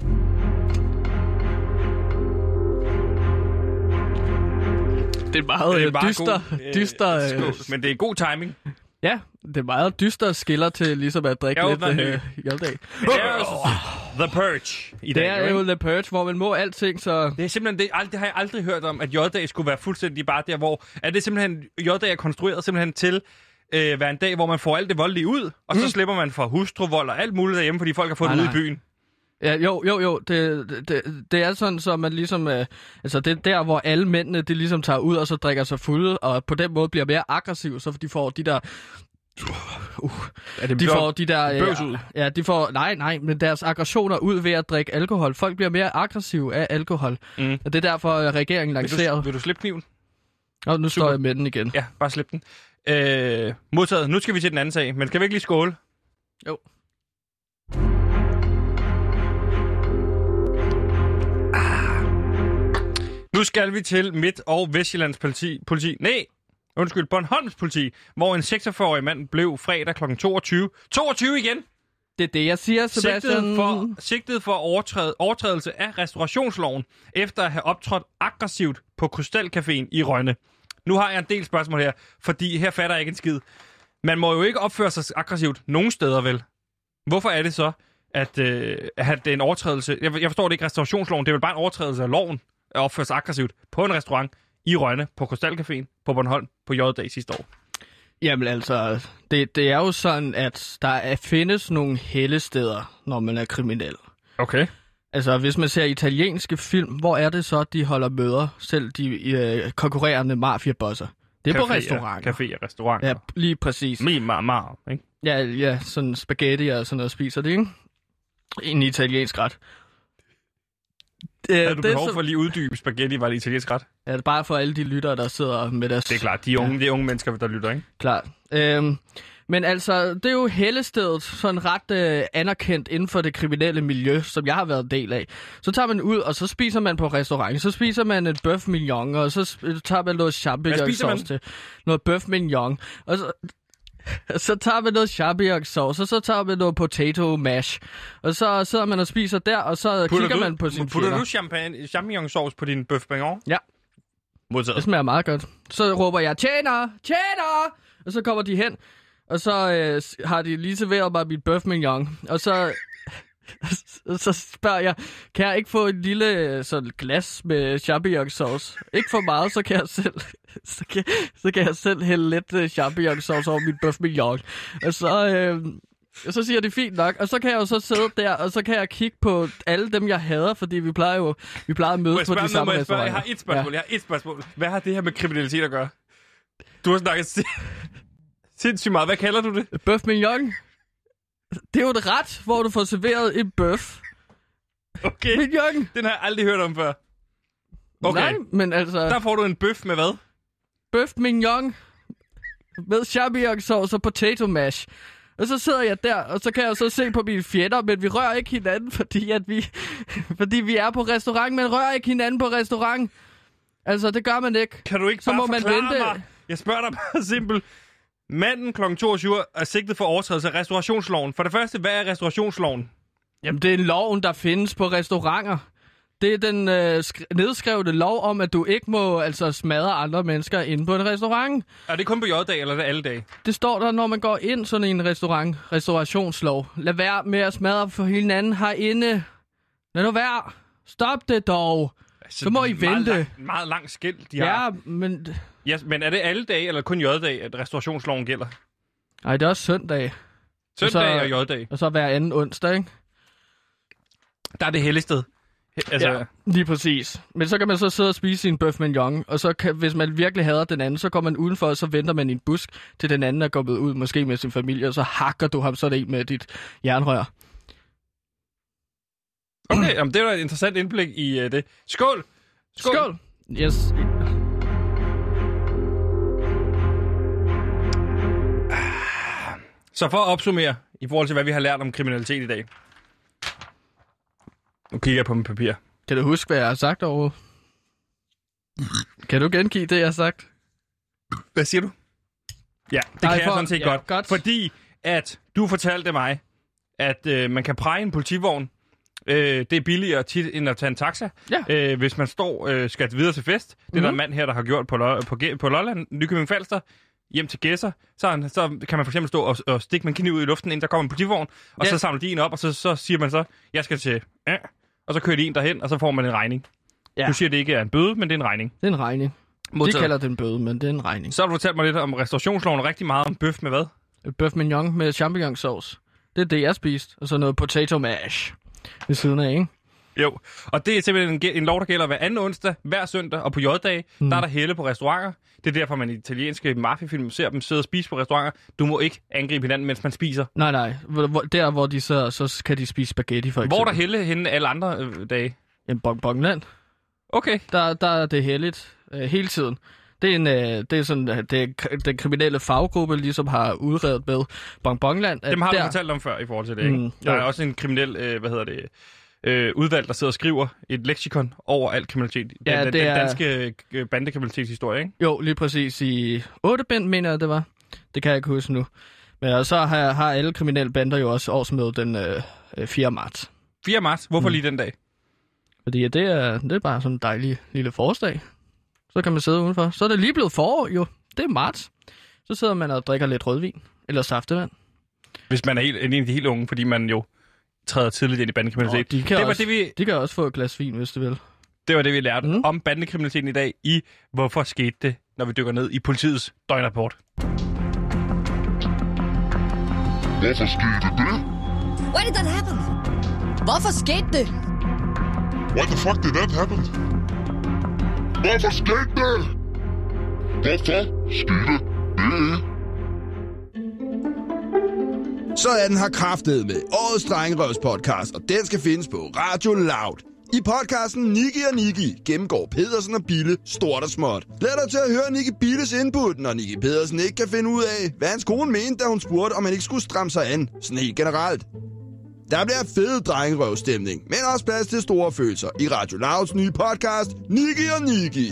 Det er meget, det er øh, meget dyster, god, dyster øh, øh, skål. Men det er god timing. Ja, det er meget dyster skiller til ligesom at drikke Jeg lidt åbner øh, joldag. Det er jo The Purge i dag. Det er jo The Purge, hvor man må alting, så... Det er simpelthen det, ald- det har jeg aldrig hørt om, at J-dag skulle være fuldstændig bare der, hvor... Er det simpelthen... J-dag er konstrueret simpelthen til øh, være en dag, hvor man får alt det voldelige ud, og mm. så slipper man for hustruvold og alt muligt derhjemme, fordi folk har fået nej, det ud nej. i byen. Ja, jo, jo, jo. Det, det, det er sådan, så man ligesom... Øh, altså, det er der, hvor alle mændene, de ligesom tager ud og så drikker sig fulde, og på den måde bliver mere aggressiv, så de får de der... Uh, Er det de blot- får de der... bøvs ud? Ja, de får... Nej, nej, men deres aggressioner ud ved at drikke alkohol. Folk bliver mere aggressive af alkohol. Mm. Og det er derfor, at regeringen Vil lancerer... du, vil du slippe kniven? Og nu Super. står jeg med den igen. Ja, bare slip den. Øh, modtaget. Nu skal vi til den anden sag, men skal vi ikke lige skåle? Jo. Nu skal vi til Midt- og Vestjyllands politi. politi. Nej, undskyld, Bornholms politi, hvor en seksogfyrre-årig mand blev fredag klokken toogtyve. toogtyve igen! Det er det, jeg siger, Sebastian. Sigtet for, sigtet for overtræd, overtrædelse af restaurationsloven, efter at have optrådt aggressivt på Krystalcaféen i Rønne. Nu har jeg en del spørgsmål her, fordi her fatter jeg ikke en skid. Man må jo ikke opføre sig aggressivt nogen steder, vel? Hvorfor er det så, at, øh, at det er en overtrædelse? Jeg, jeg forstår det ikke, restaurationsloven. Det er vel bare en overtrædelse af loven at opføre sig aggressivt på en restaurant i Rønne, på Krystalcaféen, på Bornholm, på J-dag sidste år. Jamen altså, det, det er jo sådan, at der er, findes nogle helsteder, når man er kriminel. Okay. Altså, hvis man ser italienske film, hvor er det så, de holder møder, selv de øh, konkurrerende mafiabosser? Det er Caféer, på restauranter. Caféer, restauranter. Ja, lige præcis. Mi, ma, ma, ikke? Ja, ja, sådan spaghetti og sådan noget spiser det, ikke? En italiensk ret. Havde du behov for at lige uddybe spaghetti, var det italiensk ret? Ja, det er bare for alle de lyttere, der sidder med deres... Det er klart, de unge, ja. de unge mennesker, der lytter, ikke? Klart. Øhm, men altså, det er jo hellestedet, sådan ret øh, anerkendt inden for det kriminelle miljø, som jeg har været en del af. Så tager man ud, og så spiser man på restaurant. Så spiser man et bøf mignon, og så sp- tager man noget champignon-sauce til. Noget bøf mignon. Og så... Så tager man noget champignon-sauce, og så tager man noget potato mash. Og så sidder man og spiser der, og så putter kigger du, man på sin Putter fjender. du champagne, champignon-sauce på din bøf mignon? Ja. Modtaget. Det smager meget godt. Så råber jeg, tjener, tjener! Og så kommer de hen, og så øh, har de lige serveret mig mit bøf mignon. Og så... så spørger jeg, kan jeg ikke få et lille sådan glas med champignon-sauce? Ikke for meget, så kan jeg selv, så kan, så kan jeg selv hælde lidt uh, champignon-sauce over mit bøf mignon. Og så, øh, så siger de fint nok, og så kan jeg jo så sidde der, og så kan jeg kigge på alle dem, jeg hader, fordi vi plejer jo vi plejer at mødes på de samme jeg restauranter. Jeg har et spørgsmål, ja. jeg har et spørgsmål. Hvad har det her med kriminalitet at gøre? Du har snakket sindssygt meget. Hvad kalder du det? Bøf mignon. Det er jo et ret, hvor du får serveret en bøf. Okay, mignon. Den har jeg aldrig hørt om før. Okay, nej, men altså... Der får du en bøf med hvad? Bøf mignon med champignon-sauce og potato mash. Og så sidder jeg der, og så kan jeg så se på mine fjender, men vi rører ikke hinanden, fordi, at vi, fordi vi er på restaurant, men rører ikke hinanden på restaurant. Altså, det gør man ikke. Kan du ikke så bare må man forklare vente. mig? Jeg spørger dig bare simpelt. Manden klokken toogtyve er sigtet for overtrædelse af restaurationsloven. For det første, hvad er restaurationsloven? Jamen, det er loven, der findes på restauranter. Det er den øh, sk- nedskrevne lov om, at du ikke må altså smadre andre mennesker inde på en restaurant. Er det kun på J-dag, eller er det alle dage? Det står der, når man går ind sådan i en restaurant. Restaurationslov. Lad være med at smadre for hinanden herinde. Lad nu være. Stop det dog. Altså, så må I meget vente. Lang, meget lang skilt, de ja, har. men... Ja, men er det alle dage, eller kun J-dag, at restaurationsloven gælder? Nej, det er også søndag. Søndag og, så, og J-dag. Og så hver anden onsdag, ikke? Der er det helligsted. Altså... Ja, lige præcis. Men så kan man så sidde og spise sin bøf mignon, og så kan, hvis man virkelig hader den anden, så går man udenfor, og så venter man i en busk, til den anden er kommet ud, måske med sin familie, og så hakker du ham sådan en med dit jernrør. Okay, jamen, det var et interessant indblik i uh, det. Skål! Skål! Skål! Yes. Så for at opsummere, i forhold til, hvad vi har lært om kriminalitet i dag. Nu kigger jeg på mit papir. Kan du huske, hvad jeg har sagt over? Kan du gengive det, jeg har sagt? Hvad siger du? Ja, det Nej, kan jeg for- sådan set ja, godt. godt. Fordi at du fortalte mig, at øh, man kan præge en politivogn. Øh, det er billigere tit, end at tage en taxa. Ja. Øh, hvis man står øh, skal videre til fest. Det er Mhm. der en mand her, der har gjort på, Lo- på, Ge- på Lolland, Nykøbing Falster, hjem til Gæsser. Så, han- så kan man for eksempel stå og, og stikke med en kniv ud i luften, inden der kommer en politivogn. Og Ja. så samler de en op, og så, så siger man så, jeg skal til... Ja. Og så kører de en derhen, og så får man en regning. Ja. Du siger, det ikke er en bøde, men det er en regning. Det er en regning. De Modtaget. kalder det en bøde, men det er en regning. Så har du fortalt mig lidt om restaurationsloven, og rigtig meget om bøf med hvad? Bøf mignon med champignonsauce. Det er det, jeg spiste. Og så noget potato mash ved siden af, ikke? Jo, og det er simpelthen en, gæ- en lov, der gælder hver anden onsdag, hver søndag, og på J-dag, mm. der er der helle på restauranter. Det er derfor, man i italienske mafiafilm ser dem sidde og spise på restauranter. Du må ikke angribe hinanden, mens man spiser. Nej, nej. Hvor, hvor, der, hvor de så, så kan de spise spaghetti, for eksempel. Hvor er der helle henne alle andre øh, dage? Jamen, Bonbonland. Okay. Der, der er det heldigt øh, hele tiden. Det er, en, øh, det er sådan, at det er, den kriminelle faggruppe ligesom har udredet med Bonbonland. Dem har der, du fortalt om før i forhold til det, ikke? Mm, der er jo. også en kriminel, øh, hvad hedder det, øh, udvalg, der sidder og skriver et leksikon over al kriminalitet. Den, Ja, den, det den er- danske øh, bandekriminalitetshistorie, ikke? Jo, lige præcis i otte bind, mener jeg, det var. Det kan jeg ikke huske nu. Men og så har, har alle kriminelle bander jo også årsmøde den øh, øh, fjerde marts. fjerde marts. Hvorfor Mm. lige den dag? Fordi det er, det er bare sådan en dejlig lille forårsdag. Så kan man sidde udenfor. Så er det lige blevet forår, jo. Det er marts. Så sidder man og drikker lidt rødvin. Eller saftevand. Hvis man er helt, en af de helt unge, fordi man jo træder tidligt ind i bandekriminalitet. Og de kan det, var også- det, vi, De kan også få et glas vin, hvis de vil. det var det, vi lærte Mm. mm. om bandekriminaliteten i dag i Hvorfor skete det, når vi dykker ned i politiets døgnrapport. Hvorfor skete det? Why did that happen? Hvorfor skete det? Why the fuck did that happen? Hvorfor skete det? Hvorfor skete det? Så er den her kraftet med årets Drengerøvs podcast, og den skal findes på Radio Loud. I podcasten Nicky og Nicky gennemgår Pedersen og Bille stort og småt. Lad dig til at høre Nicky Billes input, når Nicky Pedersen ikke kan finde ud af, hvad hans kone mente, da hun spurgte, om han ikke skulle stramme sig an, sådan helt generelt. Der bliver fed drengerøvstemning, men også plads til store følelser i Radio Louds nye podcast Nicky og Nicky.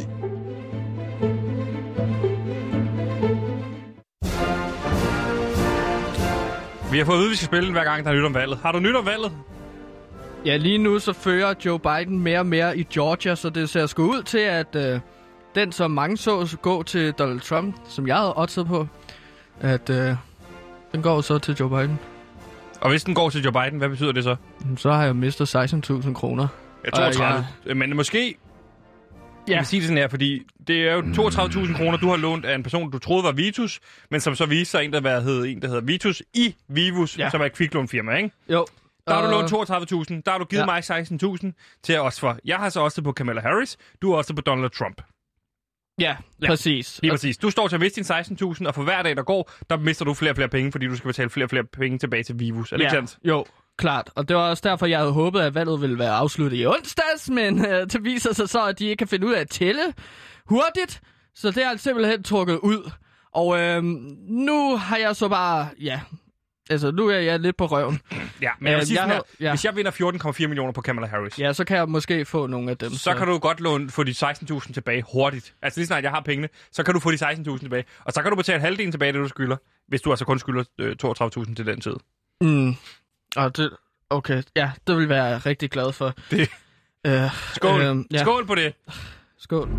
Vi har fået at vide, at vi skal spille den hver gang, der er nyt om valget. Har du nyt om valget? Ja, lige nu så fører Joe Biden mere og mere i Georgia, så det ser sgu ud til, at øh, den, som mange så gå til Donald Trump, som jeg havde oddset på, at øh, den går så til Joe Biden. Og hvis den går til Joe Biden, hvad betyder det så? Så har jeg mistet seksten tusind kroner. Ja, toogtredive. Ja. Men måske... Ja. Jeg vil sige det sådan her, fordi det er jo toogtredive tusind kroner, du har lånt af en person, du troede var Vitus, men som så viste sig en, der var, hed, en, der hedder Vitus i Vivus, ja. Som er et kviklånfirma, ikke? Jo. Der har du Øh, lånt toogtredive tusind, der har du givet ja. mig seksten tusind til os for. Jeg har så også på Kamala Harris, du har også på Donald Trump. Ja, Ja. præcis. Lige præcis. Du står til at miste dine seksten tusind, og for hver dag, der går, der mister du flere og flere penge, fordi du skal betale flere og flere penge tilbage til Vivus. Er det Ja, ikke sandt? jo, klart. Og det var også derfor, jeg havde håbet, at valget ville være afsluttet i onsdags, men øh, det viser sig så, at de ikke kan finde ud af at tælle hurtigt, så det er simpelthen trukket ud. Og øh, nu har jeg så bare, ja, altså nu er jeg lidt på røven. Ja, men jeg vil Øh, sige jeg sådan her, havde- ja. hvis jeg vinder fjorten komma fire millioner på Kamala Harris, Ja, så kan jeg måske få nogle af dem. så kan du godt låne, få de seksten tusind tilbage hurtigt. Altså lige snart jeg har pengene, så kan du få de seksten tusind tilbage. Og så kan du betale halvdelen tilbage, det du skylder, hvis du altså kun skylder øh, toogtredive tusind til den tid. Mm. Og det, okay, ja, det vil jeg rigtig glad for. Det. Øh, Skål. Øh, ja. Skål på det. Skål.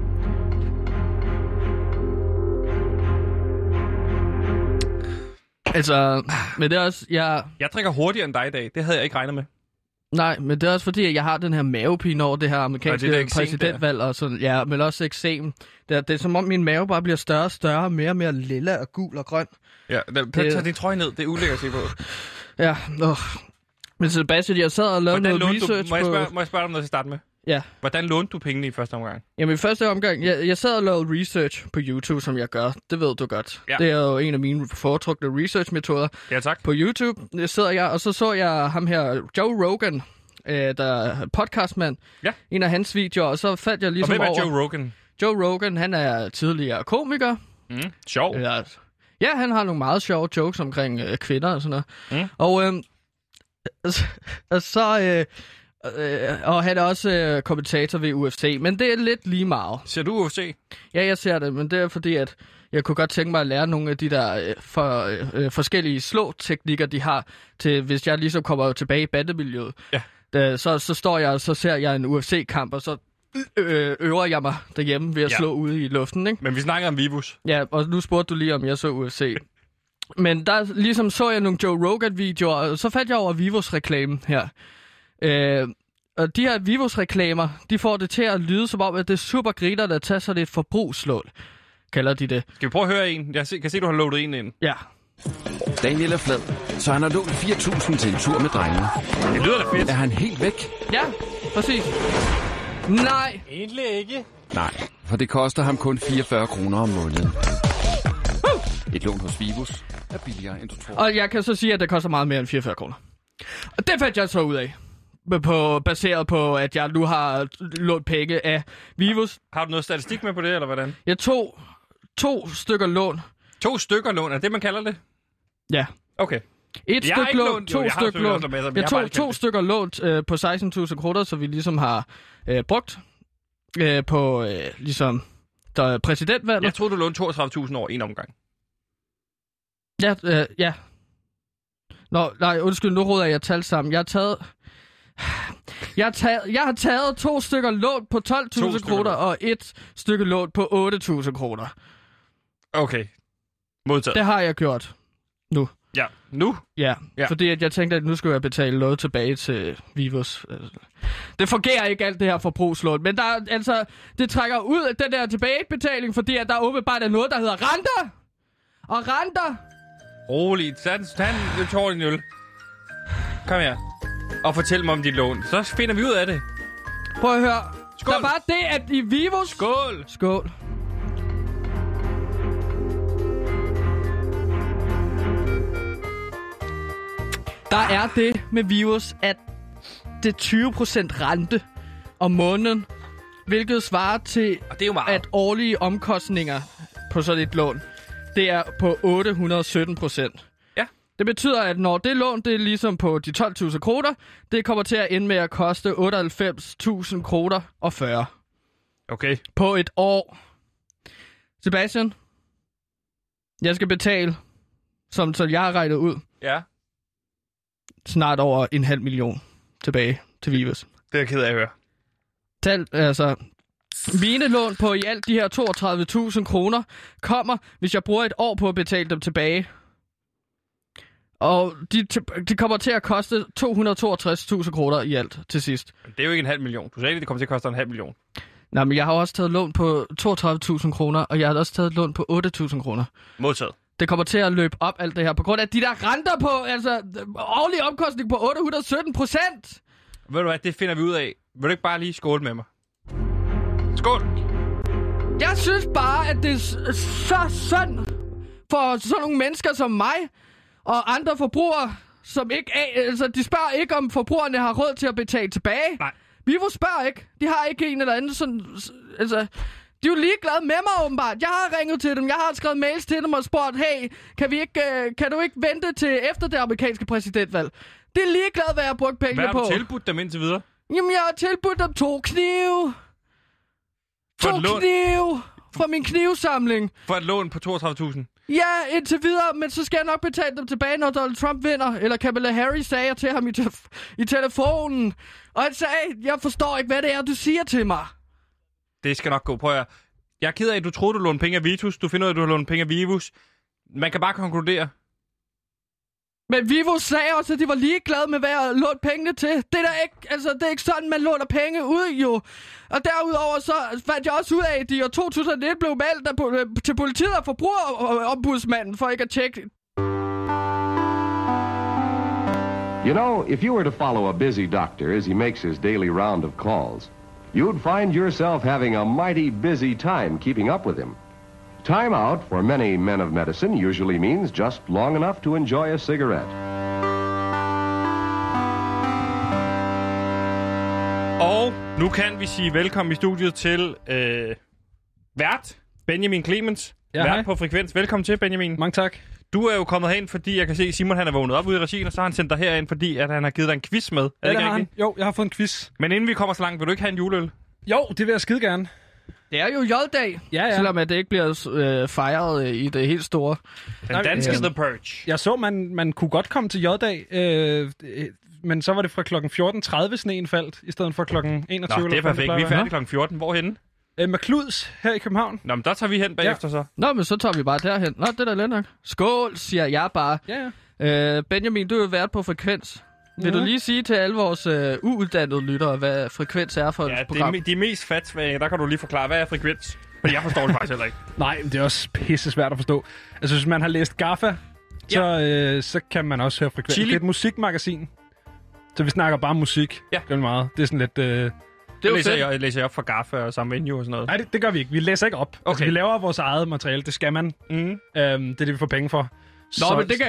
Altså, men det er også, jeg... Jeg drikker hurtigere end dig i dag. Det havde jeg ikke regnet med. Nej, men det er også fordi, at jeg har den her mavepine over det her amerikanske Og det der eksem præsidentvalg og sådan, ja, men også eksem. Det er, det er som om min mave bare bliver større og større, mere og mere lilla og gul og grøn. Ja, da, Det- tag din trøje ned. Det er ulækkert at se på. Ja, åh. Men Sebastian, jeg sad og lavede Hvordan noget lånte du, research må, jeg på... spørge, må jeg spørge dig om noget til at starte med? Ja. Hvordan lånte du pengene i første omgang? Jamen i første omgang, jeg, jeg sad og lavede research på YouTube, som jeg gør. Det ved du godt. Ja. Det er jo en af mine foretrukne research-metoder. Ja, tak. På YouTube der sidder jeg, og så så jeg ham her, Joe Rogan, øh, der er podcastmand. Ja. En af hans videoer, og så faldt jeg Og ligesom hvem er over... Joe Rogan? Joe Rogan, han er tidligere komiker. Mm. Sjov. Eller, Ja, han har nogle meget sjove jokes omkring øh, kvinder og sådan noget. Mm. Og, øh, og så... Øh, øh, og han er også øh, kommentator ved U F C, men det er lidt lige meget. Ser du U F C? Ja, jeg ser det, men det er fordi, at jeg kunne godt tænke mig at lære nogle af de der øh, for, øh, forskellige slå-teknikker, de har, til hvis jeg ligesom kommer tilbage i bandemiljøet. Ja. Da, så, så står jeg, og så ser jeg en U F C-kamp, og så øh, øver jeg mig derhjemme ved at ja. slå ude i luften, ikke? Men vi snakker om Vivus. Ja, og nu spurgte du lige, om jeg så U F C. Men der ligesom så jeg nogle Joe Rogan-videoer, og så fandt jeg over Vivus-reklamen her. Øh, og de her Vivus-reklamer, de får det til at lyde som om, at det er super griner, at tage sådan et forbrugslån. Kalder de det. Skal vi prøve at høre en? Jeg kan se, du har loadet en ind. Ja. Daniel er flad, så han har lånt fire tusind til en tur med drengene. Det lyder da fedt. Er han helt væk? Ja, præcis. Nej. Egentlig ikke. Nej, for det koster ham kun fireogfyrre kroner om måneden. Uh! Et lån hos Vivus er billigere, end du tror. Og jeg kan så sige, at det koster meget mere end fireogfyrre kroner. Og det fandt jeg så ud af. På, baseret på, at jeg nu har lånt penge af Vivus. Har du noget statistik med på det, eller hvordan? Jeg tog to stykker lån. To stykker lån, er det, man kalder det? Ja. Okay. Et stykke lån, to jo, stykker lån. Jeg, jeg tog to stykker lån øh, på seksten tusind kroner, så vi ligesom har øh, brugt øh, på øh, ligesom der præsidentvalget. Jeg troede, du lånte toogtredive tusind over en omgang. Ja, øh, ja. Nå, nej, undskyld, nu råder jeg tal sammen. Jeg har taget... Jeg har taget, jeg har taget to stykker lån på tolv tusind kroner og et stykke lån på otte tusind kroner. Okay. Modtaget. Det har jeg gjort. Nu. Ja. Nu? Ja, ja. Fordi at jeg tænkte, at nu skulle jeg betale noget tilbage til Vivus. Det fungerer ikke alt det her forbrugslån, men der, altså, det trækker ud af den der tilbagebetaling, fordi at der åbenbart er noget, der hedder renter. Og renter... Roligt. Tag, tag en tårlig øl. Kom her. Og fortæl mig om dit lån. Så finder vi ud af det. Prøv at høre. Skål. Der var det, at i Vivus... Skål. Skål. Der er det med Vivus, at det er tyve procent rente om måneden, hvilket svarer til, og det er jo meget. At årlige omkostninger på sådan et lån, det er på otte hundrede og sytten procent. Ja. Det betyder, at når det lån, det er ligesom på de tolv tusind kroner, det kommer til at ende med at koste otteoghalvfems tusind kroner og fyrre. Okay. På et år. Sebastian, jeg skal betale, som så jeg har regnet ud, ja. snart over en halv million tilbage til Vivus. Det er jeg ked af at høre. Tal, altså, mine lån på i alt de her toogtredive tusind kroner kommer, hvis jeg bruger et år på at betale dem tilbage. Og de, de kommer til at koste to hundrede og toogtres tusind kroner i alt til sidst. Det er jo ikke en halv million. Du sagde, at det kommer til at koste en halv million. Nej, men jeg har også taget lån på toogtredive tusind kroner, og jeg har også taget lån på otte tusind kroner. Modtaget. Det kommer til at løbe op alt det her, på grund af de der renter på, altså, årlige omkostning på otte hundrede og sytten procent. Ved du hvad, det finder vi ud af. Vil du ikke bare lige skåle med mig? Skål! Jeg synes bare, at det er så synd for sådan nogle mennesker som mig og andre forbrugere, som ikke er, altså, de spørger ikke, om forbrugerne har råd til at betale tilbage. Nej. Vivo spørger ikke. De har ikke en eller anden sådan, altså, de er jo ligeglade med mig åbenbart. Jeg har ringet til dem, jeg har skrevet mails til dem og spurgt, hey, kan, vi ikke, uh, kan du ikke vente til efter det amerikanske præsidentvalg? Det er ligeglade, hvad jeg har brugt pengene på. Hvad har du tilbudt dem indtil videre? Jamen, jeg har tilbudt dem to knive. For to knive fra min knivsamling. For et lån på toogtredive tusind? Ja, indtil videre, men så skal jeg nok betale dem tilbage, når Donald Trump vinder. Eller Kamala Harris sagde jeg til ham i, te- i telefonen. Og han sagde, jeg forstår ikke, hvad det er, du siger til mig. Det skal nok gå. Prøv at... Jeg er ked af, at du troede, du lånte penge af Vitus. Du finder ud af, at du har lånt penge af Vivus. Man kan bare konkludere. Men Vivus sagde også, at de var ligeglade med, hvad jeg lånte pengene til. Det er, der ikke, altså, det er ikke sådan, man låner penge ud, jo. Og derudover så fandt jeg også ud af, at de i år to tusind og nitten blev meldt på, til politiet og forbrugerombudsmanden for ikke at tjekke. You know, if you were to follow a busy doctor as he makes his daily round of calls, you'd find yourself having a mighty busy time keeping up with him. Time out for many men of medicine usually means just long enough to enjoy a cigarette. Og nu kan vi sige velkommen i studiet til øh, vært Benjamin Clemens. Ja, vært hej. på Frekvens. Velkommen til, Benjamin. Mange tak. Du er jo kommet herind, fordi jeg kan se, at Simon han er vågnet op ude i regien, og så har han sendt dig herind, fordi at han har givet dig en quiz med. Er Ja, det der ikke har rigtigt? han. Jo, jeg har fået en quiz. Men inden vi kommer så langt, vil du ikke have en juleøl? Jo, det vil jeg skide gerne. Det er jo J-dag, Ja, ja. selvom at det ikke bliver øh, fejret øh, i det helt store. Den danske øh, The Purge. Jeg så, man, man kunne godt komme til J-dag, øh, øh, men så var det fra klokken fjorten tredive sneen faldt, i stedet for klokken enogtyve. Nå, det er perfekt. Vi er færdige klokken fjorten. Hvorhenne? Øh, McLuds her i København. Nå, men der tager vi hen bagefter så. Nå, men så tager vi bare derhen. Nå, det er da let nok. Skål, siger jeg bare. Ja, ja. Øh, Benjamin, du er jo vært på Frekvens. Vil Mhm. du lige sige til alle vores øh, uuddannede lyttere, hvad Frekvens er for Ja, et det program? er de mest fatsvage. Der kan du lige forklare, hvad er frekvens? For jeg forstår det faktisk heller ikke. Nej, men det er også pisse svært at forstå. Altså, hvis man har læst Gaffa, så, øh, så kan man også høre Frekvens. Chili. Det er et musikmagasin. Så vi snakker bare musik. Ja. Det er meget. Det er sådan lidt... Øh... Det er Det jo læser fedt. jeg, jeg læser jeg op for Gaffa og samme venue og sådan noget. Nej, det, det gør vi ikke. Vi læser ikke op. Okay. Altså, vi laver vores eget materiale. Det skal man. Mm. Øhm, det er det, vi får penge for. Nå, så, men det kan...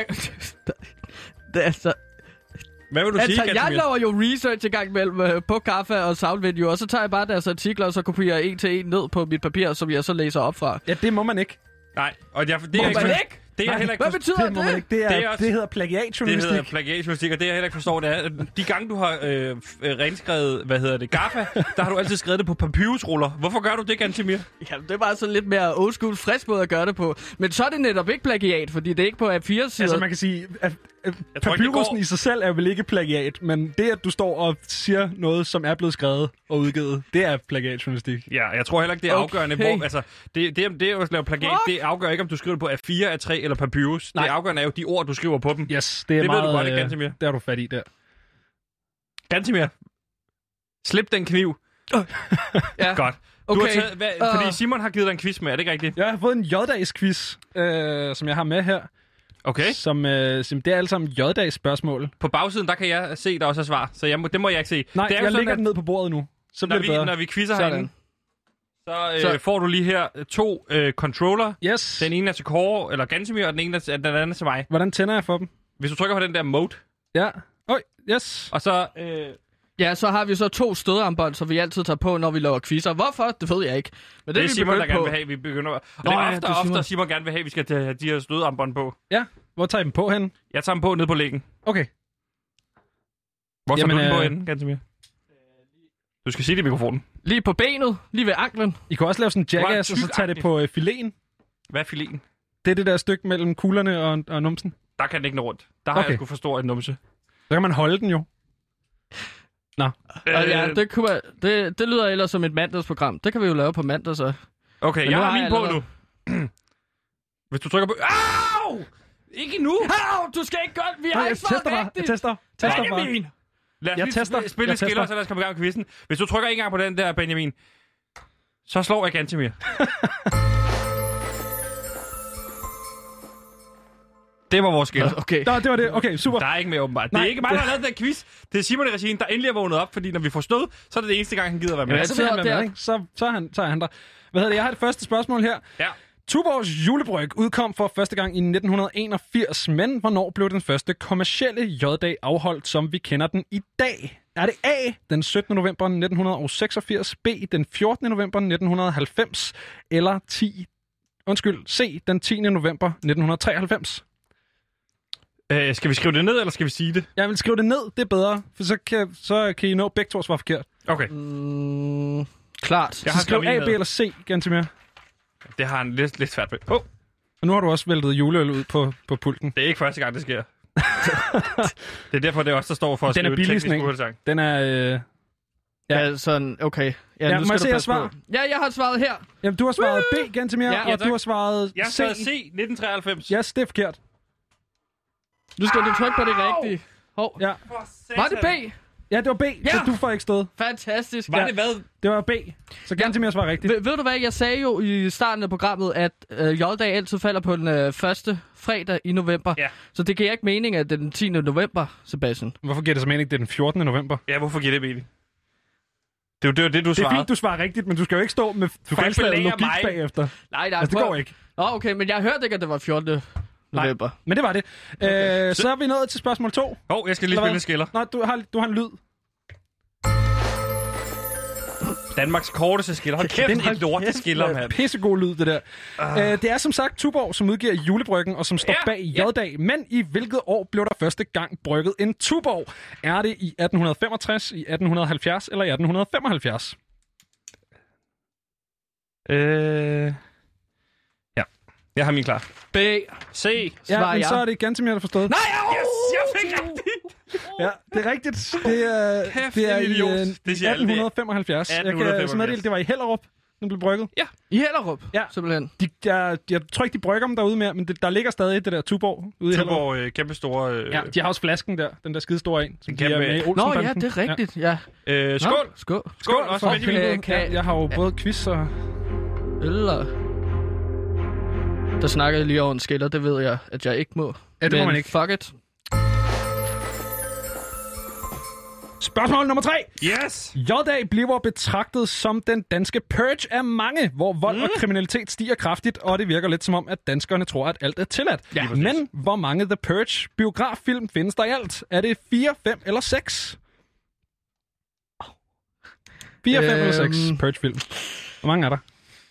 det er altså... Hvad vil du Altså, sige, jeg Gantemir? laver jo research i gang mellem øh, på Kaffe og Soundvenue, og så tager jeg bare deres artikler, og så kopierer jeg en til en ned på mit papir, som jeg så læser op fra. Ja, det må man ikke. Nej, og jeg, det Må er man ikke... ikke? Det er Nej, heller ikke Hvad forstå- betyder Det må man det? ikke. Det, er, Det det, er også- det hedder Det plagiatjournalistik. hedder plagiatjournalistik, og det jeg heller ikke forstår, det er, at de gange, du har øh, f- øh, renskrevet, hvad hedder det, Gaffa, der har du altid skrevet det på papyrusruller. Hvorfor gør du det, Gantemir? Jamen, det er bare sådan lidt mere old school, frisk måde at gøre det på. Men så er det netop ikke plagiat, fordi det er ikke på A fire sider. Altså, man kan sige, at, at Jeg tror ikke, det papyrusen går. i sig selv er vel ikke plagiat, men det, at du står og siger noget, som er blevet skrevet og udgivet, det er plagiatjournalistik. Ja, jeg tror heller ikke, det er Okay. afgørende, hvor... Altså, det, det, det at lave plagiat, Fuck. det afgør ikke, om du skriver det på A fire, A tre eller papyrus. Nej. Det afgørende er jo de ord, du skriver på dem. Yes, det er Det ved meget... du godt, ikke, øh, Gantemir? Det har du fat i der. Gantemir, slip den kniv. ja. Godt. Du Okay. har taget, hvad, Øh. fordi Simon har givet dig en quiz med, er det ikke rigtigt? Jeg har fået en J-dags-quiz, øh, som jeg har med her. Okay. Som, øh, som det er alle sammen J-dags spørgsmål. På bagsiden, der kan jeg se, der også er svar. Så jeg må, det må jeg ikke se. Nej, det er jo jeg sådan, lægger at den ned på bordet nu. Så når bliver det vi, bedre. når vi quizzer Sådan. herinde, så, øh, Så- får du lige her to øh, controller. Yes. Den ene er til Kåre, eller Gantemir, og den, ene er til, den anden er til mig. Hvordan tænder jeg for dem? Hvis du trykker på den der mode, Ja. Oj, yes. og så... Øh, Ja, så har vi så to stødarmbånd, som vi altid tager på, når vi laver quizzer. Hvorfor? Det ved jeg ikke. Men det er vi Simon, der begyndt gerne på. vil have, vi begynder... Og Nå, det er ja, ofte, det er ofte, Simon. Simon gerne vil have, at vi skal have de her stødarmbånd på. Ja. Hvor tager I dem på hen? Jeg tager dem på ned på læggen. Okay. Hvor tager Jamen, du den på øh, enden, Gantemir? Du skal sige det i mikrofonen. Lige på benet, lige ved anklen. I kan også lave sådan en jackass, og så tage det tykagtigt. på øh, filéen. Hvad er fileten? Det er det der stykke mellem kuglerne og, og numsen. Der kan den ikke nå rundt. Der har Okay. jeg sgu for stor en numse. Så kan man holde den jo. Og ja, det, kunne være, det, det lyder ellers som et mandagsprogram. Det kan vi jo lave på mandag, så. Okay, Men jeg nu har har min jeg på allerede- nu. Hvis du trykker på... Au! Ikke nu! Au, du skal ikke godt. Vi har Nej, jeg ikke svaret tester bare. Jeg rigtigt. tester. Tester bare. Benjamin! Lad os Jeg lige tester. spille, spille Jeg lidt skiller, tester. så lad os komme i gang med quizzen. Hvis du trykker en gang på den der, Benjamin, så slår jeg Gantemir. Det var vores skiller. Okay. Nå, det var det. Okay, super. Der er ikke mere åbenbart. Det Nej, er ikke mig, der det- har lavet den quiz. Det er Simon i regien, der endelig er vågnet op, fordi når vi får stået, så er det det eneste gang, han gider være med. Ja, jeg så, vil han sidder være der. med, ikke? så, så, er han, så er han der. Hvad hedder det? Jeg har det første spørgsmål her. Ja. Tuborgs julebryg udkom for første gang i nitten enogfirs, men hvornår blev den første kommercielle J-dag afholdt, som vi kender den i dag? Er det A, den syttende november nitten seksogfirs, B, den fjortende november nitten halvfems, eller ti, undskyld, C, den tiende november nitten treoghalvfems? Øh, skal vi skrive det ned, eller skal vi sige det? Jeg vil skrive det ned, det er bedre, for så kan, så kan I nå begge to svar forkert. Okay. Mm, klart. Jeg Så har skriv skrevet A, min B ned. eller C, Gantemir. Det har han lidt, lidt svært ved. Oh, Og nu har du også væltet juleøl ud på, på pulten. det er ikke første gang, det sker. Det er derfor, det er også der står for at Den er skrive billig, teknisk sådan en. udsagn. Den er... Øh... Ja, ja sådan, okay. Ja, nu må skal jeg du se jeres passe svar? på. Ja, jeg har svaret her. Jamen, du har svaret B, Gantemir, Ja, ja, ja, og tak. du har svaret Jeg har C. skrevet C, nitten treoghalvfems. Yes, det er forkert. Nu skal du trykke på det rigtige. Hov. Ja, Var det B? ja det var B, Ja. så du får ikke stået. Fantastisk. Var det hvad? Det var B, så Gantemir svarer rigtigt. Ved, ved du hvad, jeg sagde jo i starten af programmet, at øh, J-dag altid falder på den øh, første fredag i november. Ja. Så det giver ikke mening, at det er den tiende november, Sebastian. Hvorfor giver det så mening, at det er den fjortende november? Ja, hvorfor giver det mening? Det er jo det, var det du Det er svarede. fint, du svarer rigtigt, men du skal jo ikke stå med kan ikke fejlslaget belære logik mig. bagefter. Nej, nej. Altså, det går ikke. Nå, okay, men jeg hørte ikke, at det var fjortende november. Men det var det. Okay. Øh, så er vi nået til spørgsmål to. Åh, oh, jeg skal lige Eller hvad? spille skiller. Nå, du har, du har en lyd. Danmarks korteste skiller. Hold kæft, det er et lort, det skiller, mand. Pissegod lyd, det der. Uh. Uh, det er som sagt Tuborg, som udgiver Julebryggen, og som står Ja, bag J-dag. Men i hvilket år blev der første gang brygget en Tuborg? Er det i atten femogtres, i atten halvfjerds eller i atten femoghalvfjerds? Øh... Ja, jeg har min klar. B. C. Ja, Svarer men jeg. så er det ganske mere, der forstået. Nej, au! Yes, jeg fik rigtigt! Ja, det er rigtigt. Det er, Kæft, det er en i idiot. øh, Det siger alle, det er atten femoghalvfjerds. Jeg atten kan femoghalvfjerds. så meddele, det var i Hellerup, den blev brygget. I Hellerup, Ja. simpelthen. De, jeg, jeg tror ikke, de brygger dem derude mere, men det, der ligger stadig det der Tuborg ude i Hellerup. Tuborg, øh, kæmpe store... Øh, Ja, de har også flasken der, den der skide store en, som de kæmpe- er med i Nå, Olsenbanden. ja, det er rigtigt, ja. øh, skål! Nå, skål. Skål, også For Benjamin. helvede. Kan- Ja, jeg har jo både quiz og... Eller... Der snakker jeg lige over en skiller, det ved jeg, at jeg ikke må. Ja, det må Men man ikke. fuck it. Spørgsmål nummer tre. Yes! J-dag bliver betragtet som den danske purge af mange, hvor vold mm. og kriminalitet stiger kraftigt, og det virker lidt som om, at danskerne tror, at alt er tilladt. Ja. Men hvor mange The Purge biograffilm findes der i alt? Er det fire, fem eller seks? fire, fem eller seks Øhm. Purge-film. Hvor mange er der?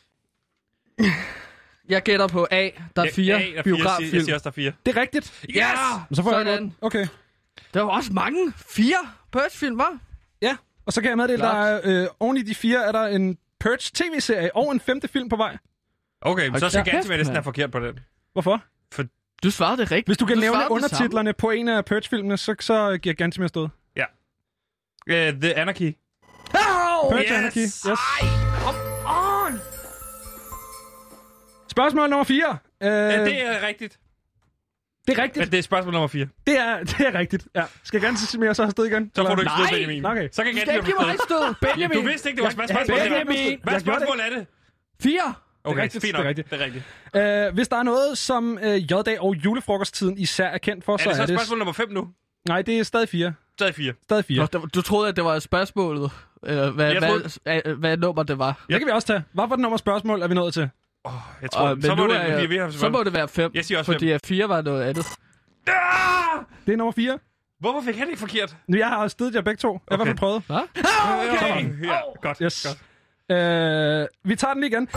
Jeg gætter på A, der er fire Ja, der er fire. Jeg biograffilm. siger også, der er fire. Det er rigtigt. Yes! Så får jeg Sådan. godt. Okay. Der var også mange. Fire Purge-film, var? Ja, og så kan jeg meddele, der Klart. er, øh, oven i de fire er der en Purge tv-serie og en femte film på vej. Okay, men så Hold skal kæft, ganske være næsten mand. er forkert på den. Hvorfor? Du svarede det rigtigt. Hvis du kan du nævne svarede det undertitlerne på en af Purge-filmene, så, så giver ganske mere stød. Ja. Uh, The Anarchy. samme. Purge Yes! Anarchy. Yes. Ej, come on! Spørgsmål nummer fire. Øh, Ja, det er rigtigt. det er Ja, rigtigt. det er spørgsmål nummer fire. Det er, det er rigtigt. Ja. Skal jeg gerne sige mere, så har stød igen? Så får du ikke Nej! stød, Benjamin. Okay. Så kan Du jeg skal ikke give mig et stød. Benjamin. Du vidste ikke, det var Jeg- spørgsmål. jeg- Hvad Benjamin. Hvad Jeg gjorde spørgsmål er det? Fire. Okay, rigtigt, fint det er nok. rigtigt. Det er rigtigt. Øh, hvis der er noget, som øh, J-dag og julefrokosttiden især er kendt for, Er så det så er det... spørgsmål nummer fem nu? Nej, det er stadig fire. Stadig fire. Stadig fire. Nå, der- du troede, at det var spørgsmålet. Øh, hvad, Jeg troede- hvad, hvad, hvad nummer det var. Det kan vi også tage. Hvad for et nummer spørgsmål er vi nået til? Oh, jeg tror, Og, men så må nu det, er, vi, vi har så må det være fem. Jeg siger også fordi at fire var noget andet. Ah! Det er nummer fire. Hvorfor fik han det ikke forkert? Nu, jeg har stødt jer begge to. Jeg har i hvert fald prøvet. Hvad? Okay. Ja, godt. Yes. godt. Øh, vi tager den lige igen.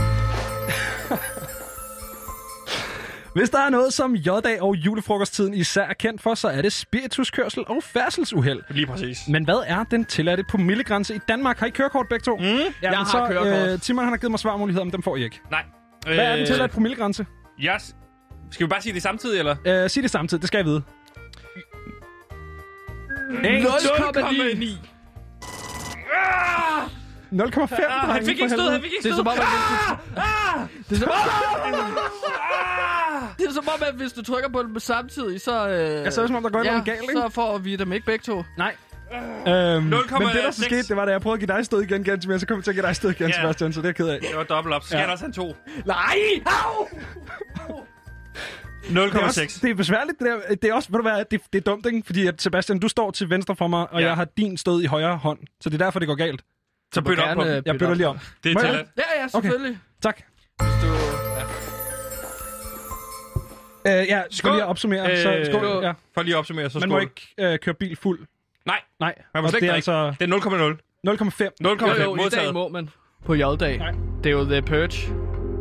Hvis der er noget, som J-dag og julefrokosttiden især er kendt for, så er det spirituskørsel og færdselsuheld. Lige præcis. Men hvad er den tilladte promillegrænse i Danmark? Har I kørekort begge to? Mm, ja, jeg men har så, kørekort. Øh, Timon, han har givet mig svarmuligheder, men dem får I ikke. Nej. Hvad er den tilladte promillegrænse? Yes. Skal vi bare sige det samtidig, eller? Øh, sig det samtidig, det skal jeg vide. nul komma ni. nul komma fem. Ah, han fik ikke stød, han fik ikke Det er stød. som om, at hvis du... Det er som Ah! Det er som om, at hvis du trykker på dem samtidig, så... Øh, Jeg så som om, der går ja, noget galt, ikke? så får vi dem ikke begge to. Nej. Øhm, men det, der så seks. skete, det var, da jeg prøvede at give dig stød igen, Gantemir, så kom jeg til at give dig stød igen, Ja. Sebastian, så det er jeg ked af. Det var dobbelt op. Så skal Ja. han også have to. Nej! Au! nul Det er, komma også, seks. det er besværligt, det der. Det er også, ved du hvad, det, det er dumt, ikke? Fordi at Sebastian, du står til venstre for mig, og Ja. jeg har din stød i højre hånd. Så det er derfor, det går galt. Så byt op på dem. Jeg bytter lige om. Det er Må jeg? tilladt. Ja, ja, selvfølgelig. Tak. Hvis du... Øh, ja, skal Skål. lige opsummere. Så, Øh, skål. Ja. For lige at opsummere, så Man skål. må ikke øh, køre bil fuld. Nej, Nej, man må og slet det ikke er drikke. altså Det er nul komma nul. nul komma fem. nul komma Jo, fem jo, i dag modtaget. må man på J-dag. Nej. Det er jo The Purge.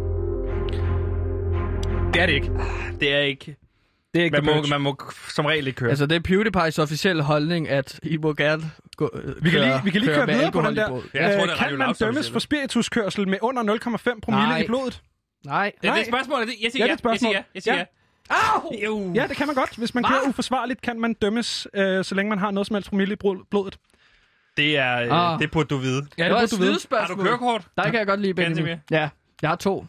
Det er det ikke. Det er ikke... Det er ikke Man The må, Purge. man må som regel ikke køre. Altså, det er PewDiePie's officielle holdning, at I må gerne gå, øh, Vi kan køre, lige, vi kan lige køre, med videre på alkohol den i der. blodet. Ja, jeg tror, Øh, det er kan Radio man Loud, som dømmes siger for spirituskørsel med under nul komma fem promille Nej. i blodet? Nej. Ja, det er Nej. et spørgsmål. er det- Jeg Ja, siger det er ja. et spørgsmål. Jeg siger ja. Jeg siger Ja. ja. Jo. Ja, det kan man godt. Hvis man kører uforsvarligt, kan man dømmes, øh, så længe man har noget som helst promille i bro- blodet. Det er... Ah. Øh, det burde du vide. Ja, Det var et burde du vide. snydespørgsmål. Har du kørekort? Der kan jeg godt lide Benjamin. Gantemir? Ja, jeg har to.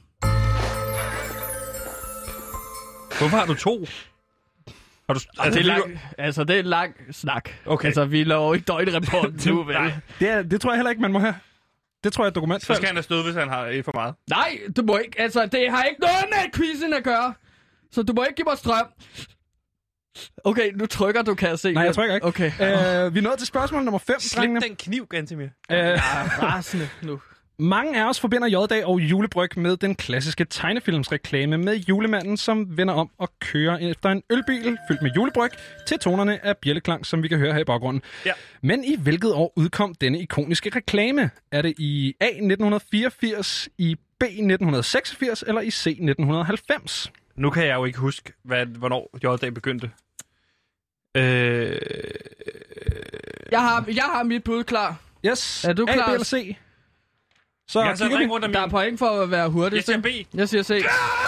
Hvorfor har du to? Har du... Altså, det er lang, altså, det er en lang snak. Okay. Altså, vi laver ikke døgnreport nu, vel? Nej. Det, er, det tror jeg heller ikke, man må have. Det tror jeg er et dokument. Så skal han da støde, hvis han har et for meget. Nej, du må ikke. Altså, det har ikke noget med quizzen at gøre. Så du må ikke give mig strøm. Okay, nu trykker du, kan jeg se. Nej, jeg trykker ikke. Okay. Øh, vi er nået til spørgsmål nummer fem, Slip drengene. den kniv, Gantemir. Øh, Jeg er rasende nu. Mange af os forbinder J-dag og julebryg med den klassiske tegnefilmsreklame med julemanden, som vender om og kører efter en ølbil fyldt med julebryg til tonerne af bjælleklang, som vi kan høre her i baggrunden. Ja. Men i hvilket år udkom denne ikoniske reklame? Er det i A nitten fireogfirs, i B nitten seksogfirs eller i C nitten halvfems? Nu kan jeg jo ikke huske, hvad, hvornår J-dag begyndte. Øh... Jeg har, jeg har mit bud klar. Yes. Er du A, klar? B eller C? Så Jeg kigger vi. rundt om Der er point for at være hurtig. Jeg siger B. Jeg siger C. Det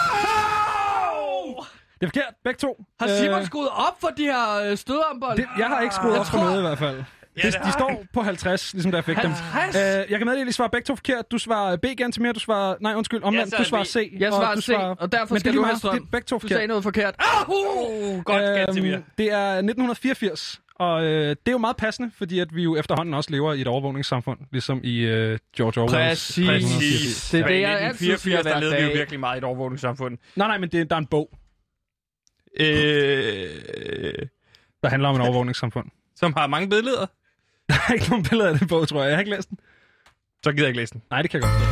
er forkert. Begge to. Har Simon Øh, skruet op for de her øh, stødarmbold? det, jeg har ikke skruet Jeg op for tror- noget i hvert fald. Ja, De, det de har står på halvtreds, ligesom da jeg fik dem. halvtreds? Øh, jeg kan meddele, at I svarer begge to forkert. Du svarer B igen til mere. Du svarer... Nej, undskyld. Omvendt. Jeg Du svarer svarer C. Jeg svarer du C, og derfor Men skal det er du lige have meget. strøm. Det er begge to Du forkert. sagde noget forkert. Uh, godt, Gantemir. Øhm, det er nitten fireogfirs, og øh, det er jo meget passende, fordi at vi jo efterhånden også lever i et overvågningssamfund, ligesom i øh, George Orwell's. Præcis. Præcis. Det er det, I jeg nitten altid fireogfirs, siger der hver levede vi jo dag. virkelig meget i et overvågningssamfund. Nej, nej, men det, der er en bog, Øh, der handler om et overvågningssamfund. som har mange billeder. Der er ikke nogen billeder af den bog, tror jeg. Jeg har ikke læst den. Så gider jeg ikke læse den. Nej, det kan jeg godt.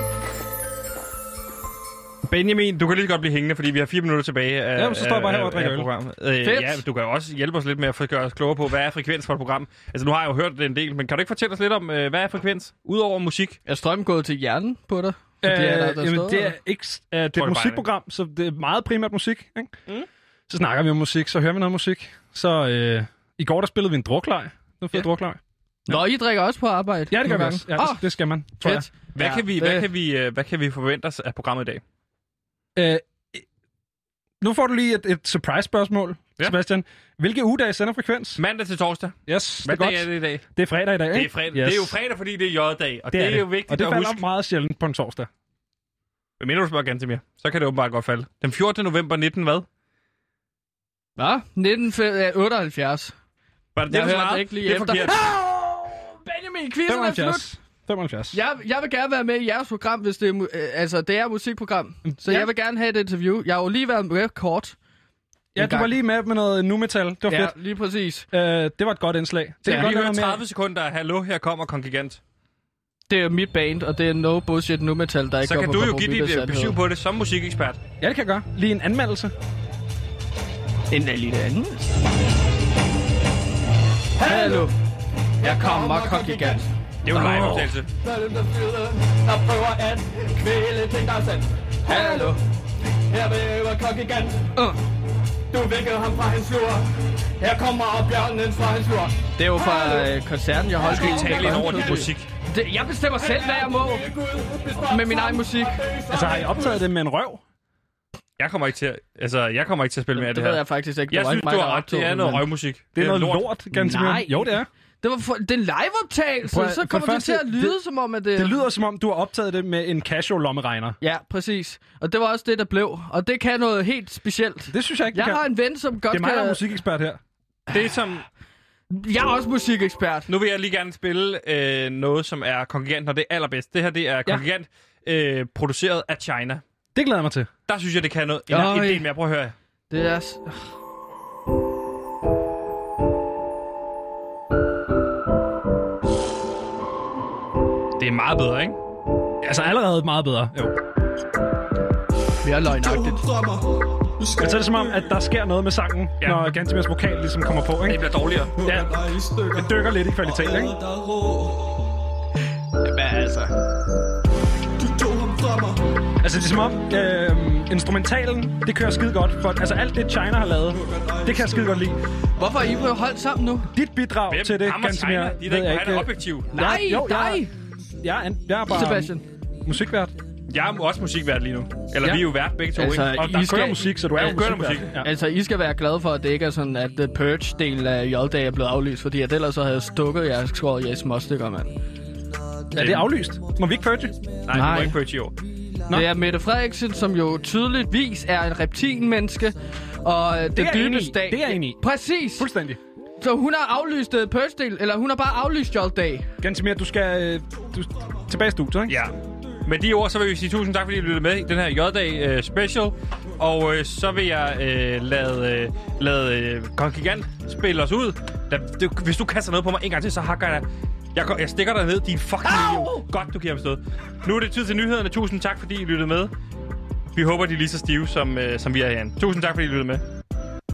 Benjamin, du kan lige så godt blive hængende, fordi vi har fire minutter tilbage af, Ja, men så står jeg bare af- her og drikker af øl. programmet. Øh, Fedt. ja, du kan jo også hjælpe os lidt med at gøre os klogere på, hvad er frekvens for et program. Altså, nu har jeg jo hørt det en del, men kan du ikke fortælle os lidt om, øh, hvad er frekvens, udover musik? Er strøm gået til hjernen på dig? Øh, Fordi er der, der jamen, stod, det er, eller? ikke, uh, det er det bare et musikprogram, så det er meget primært musik. Ikke? Mm. Så snakker vi om musik, så hører vi noget musik. Så øh, i går der spillede vi en druklej. Noget fedt Ja. druklej. Nå, I drikker også på arbejde? Ja, det gør vi nogle også. Ja, gange. det, det skal man, tror jeg. Fedt. Hvad, Ja, kan vi, det- hvad, kan vi, øh, hvad kan vi forvente os af programmet i dag? Øh, nu får du lige et, et surprise-spørgsmål, Ja. Sebastian. Hvilke ugedage sender frekvens? Mandag til torsdag. Yes, Hvad det er dag godt. er det i dag? Det er fredag i dag, ikke? Det er fredag. Yes. Det er jo fredag, fordi det er J-dag, og Det det, er er jo det. vigtigt Og det at falder huske. meget sjældent på en torsdag. Hvad mener du spørger Gantemir? Så kan det åbenbart godt falde. Den fjortende november nitten hvad? Hvad? nitten otteoghalvfjerds. Var det det, Jeg du hørte svarede? det ikke lige Det er efter. forkert. Benjamin, quizzen er slut. femoghalvfjerds. femoghalvfjerds. Jeg, jeg vil gerne være med i jeres program, hvis det er, mu- øh, altså, det er musikprogram. Så Ja. jeg vil gerne have et interview. Jeg har jo lige været med kort. Ja, en du var gang. lige med med noget nu-metal. Det var Ja, fedt. lige præcis. Øh, det var et godt indslag. Det Det kan er godt lige være hørt noget tredive sekunder. Hallo, her kommer Kongigant. Det er mit band, og det er no bullshit nu metal, der ikke Så går kan på du jo kompromis give med dit øh, sandheden. besøg på det som musikekspert. mere. Ja, det kan jeg gøre. Lige en anmeldelse. En lille anden. Hallo, jeg kommer Kongigant. Det er jo en live-optagelse. Der er dem, der flyder, der prøver at kvæle ting, der er sandt. Hallo, her væver Kongigant. Uh. Du vækkede ham fra hans lur. Her kommer bjørnen fra hans lur. Det er jo fra øh, koncerten, jeg holdt. Du skal tale ind over din musik. Det, jeg bestemmer selv, hvad jeg må med min egen musik. Altså, har I optaget det med en røv? Jeg kommer ikke til at, altså, jeg kommer ikke til at spille mere af Det det ved her. jeg faktisk ikke. Det Jeg var synes, ikke mig, du der har ret. optog Det er noget men- røvmusik. Det er noget lort, ganske Nej. mere. Jo, det er. Det var for, det er en liveoptagelse, Prøv at- så for kommer det det til første, at lyde, det- som om, at det... Det lyder som om, du har optaget det med en casual lommeregner. Ja, præcis. Og det var også det, der blev. Og det kan noget helt specielt. Det synes jeg ikke, Jeg det kan. har en ven, som godt Det er mig, der er kan... musikekspert her. Det er som... Jeg er også musikekspert. Nu vil jeg lige gerne spille øh, noget, som er Kongigant, når det er allerbedst. Det her, det er Kongigant, øh, produceret af China. Det glæder jeg mig til. Der synes jeg, det kan noget. En, Øj. en del mere. Prøv at høre. Det er... s- Det er meget bedre, ikke? Altså, allerede meget bedre. Jo. Mere løgnagtigt. Men så er det som om, at der sker noget med sangen, Ja. ja. når Gantemers vokal ligesom kommer på, Det ikke? bliver dårligere. Ja, det dykker lidt i kvalitet, ikke? Hvad altså? Altså, det er som om, øh, instrumentalen, det kører skide godt. For, altså, alt det, China har lavet, det kan jeg skide godt lide. Hvorfor er I på holdt sammen nu? Dit bidrag Hvem? til det, Ham og Gantemir, China? De er da ved ikke jeg på han er objektiv. Nej, jo, jeg, dig! jeg, er, jeg er bare Sebastian. musikvært. Jeg er også musikvært lige nu. Eller Ja. vi er jo vært begge to, Altså, ikke? Og der I I skal- kører musik, så du er Ja, jo du kører musikvært. musik. Ja. Altså, I skal være glade for, at det ikke er sådan, at The Purge-delen af J-dag er blevet aflyst, fordi at ellers så havde jeg stukket jer og skåret jer i småstykker, mand. Er det aflyst? Må vi ikke purge? Nej, Nej. det må ikke purge i år. Nå. Det er Mette Frederiksen, som jo tydeligvis er en reptilmenneske, og øh, det, er jeg dybe enig i. stat... Det er jeg enig i. Præcis. Fuldstændig. Så hun har aflyst uh, Purge-del, eller hun har bare aflyst J-dag. Gantemir, du skal øh, du, tilbage i studiet, ikke? Ja. Med de ord, så vil vi sige tusind tak, fordi I lyttede med i den her J-dag uh, special. Og uh, så vil jeg uh, lade, uh, lade uh, Kongigant spille os ud. Da, det, hvis du kaster noget på mig en gang til, så hakker jeg Jeg, jeg stikker dig ned, din fucking idiot. Godt, du giver ham stået. Nu er det tid til nyhederne. Tusind tak, fordi I lyttede med. Vi håber, de er lige så stive, som, øh, som vi er herinde. Tusind tak, fordi I lyttede med.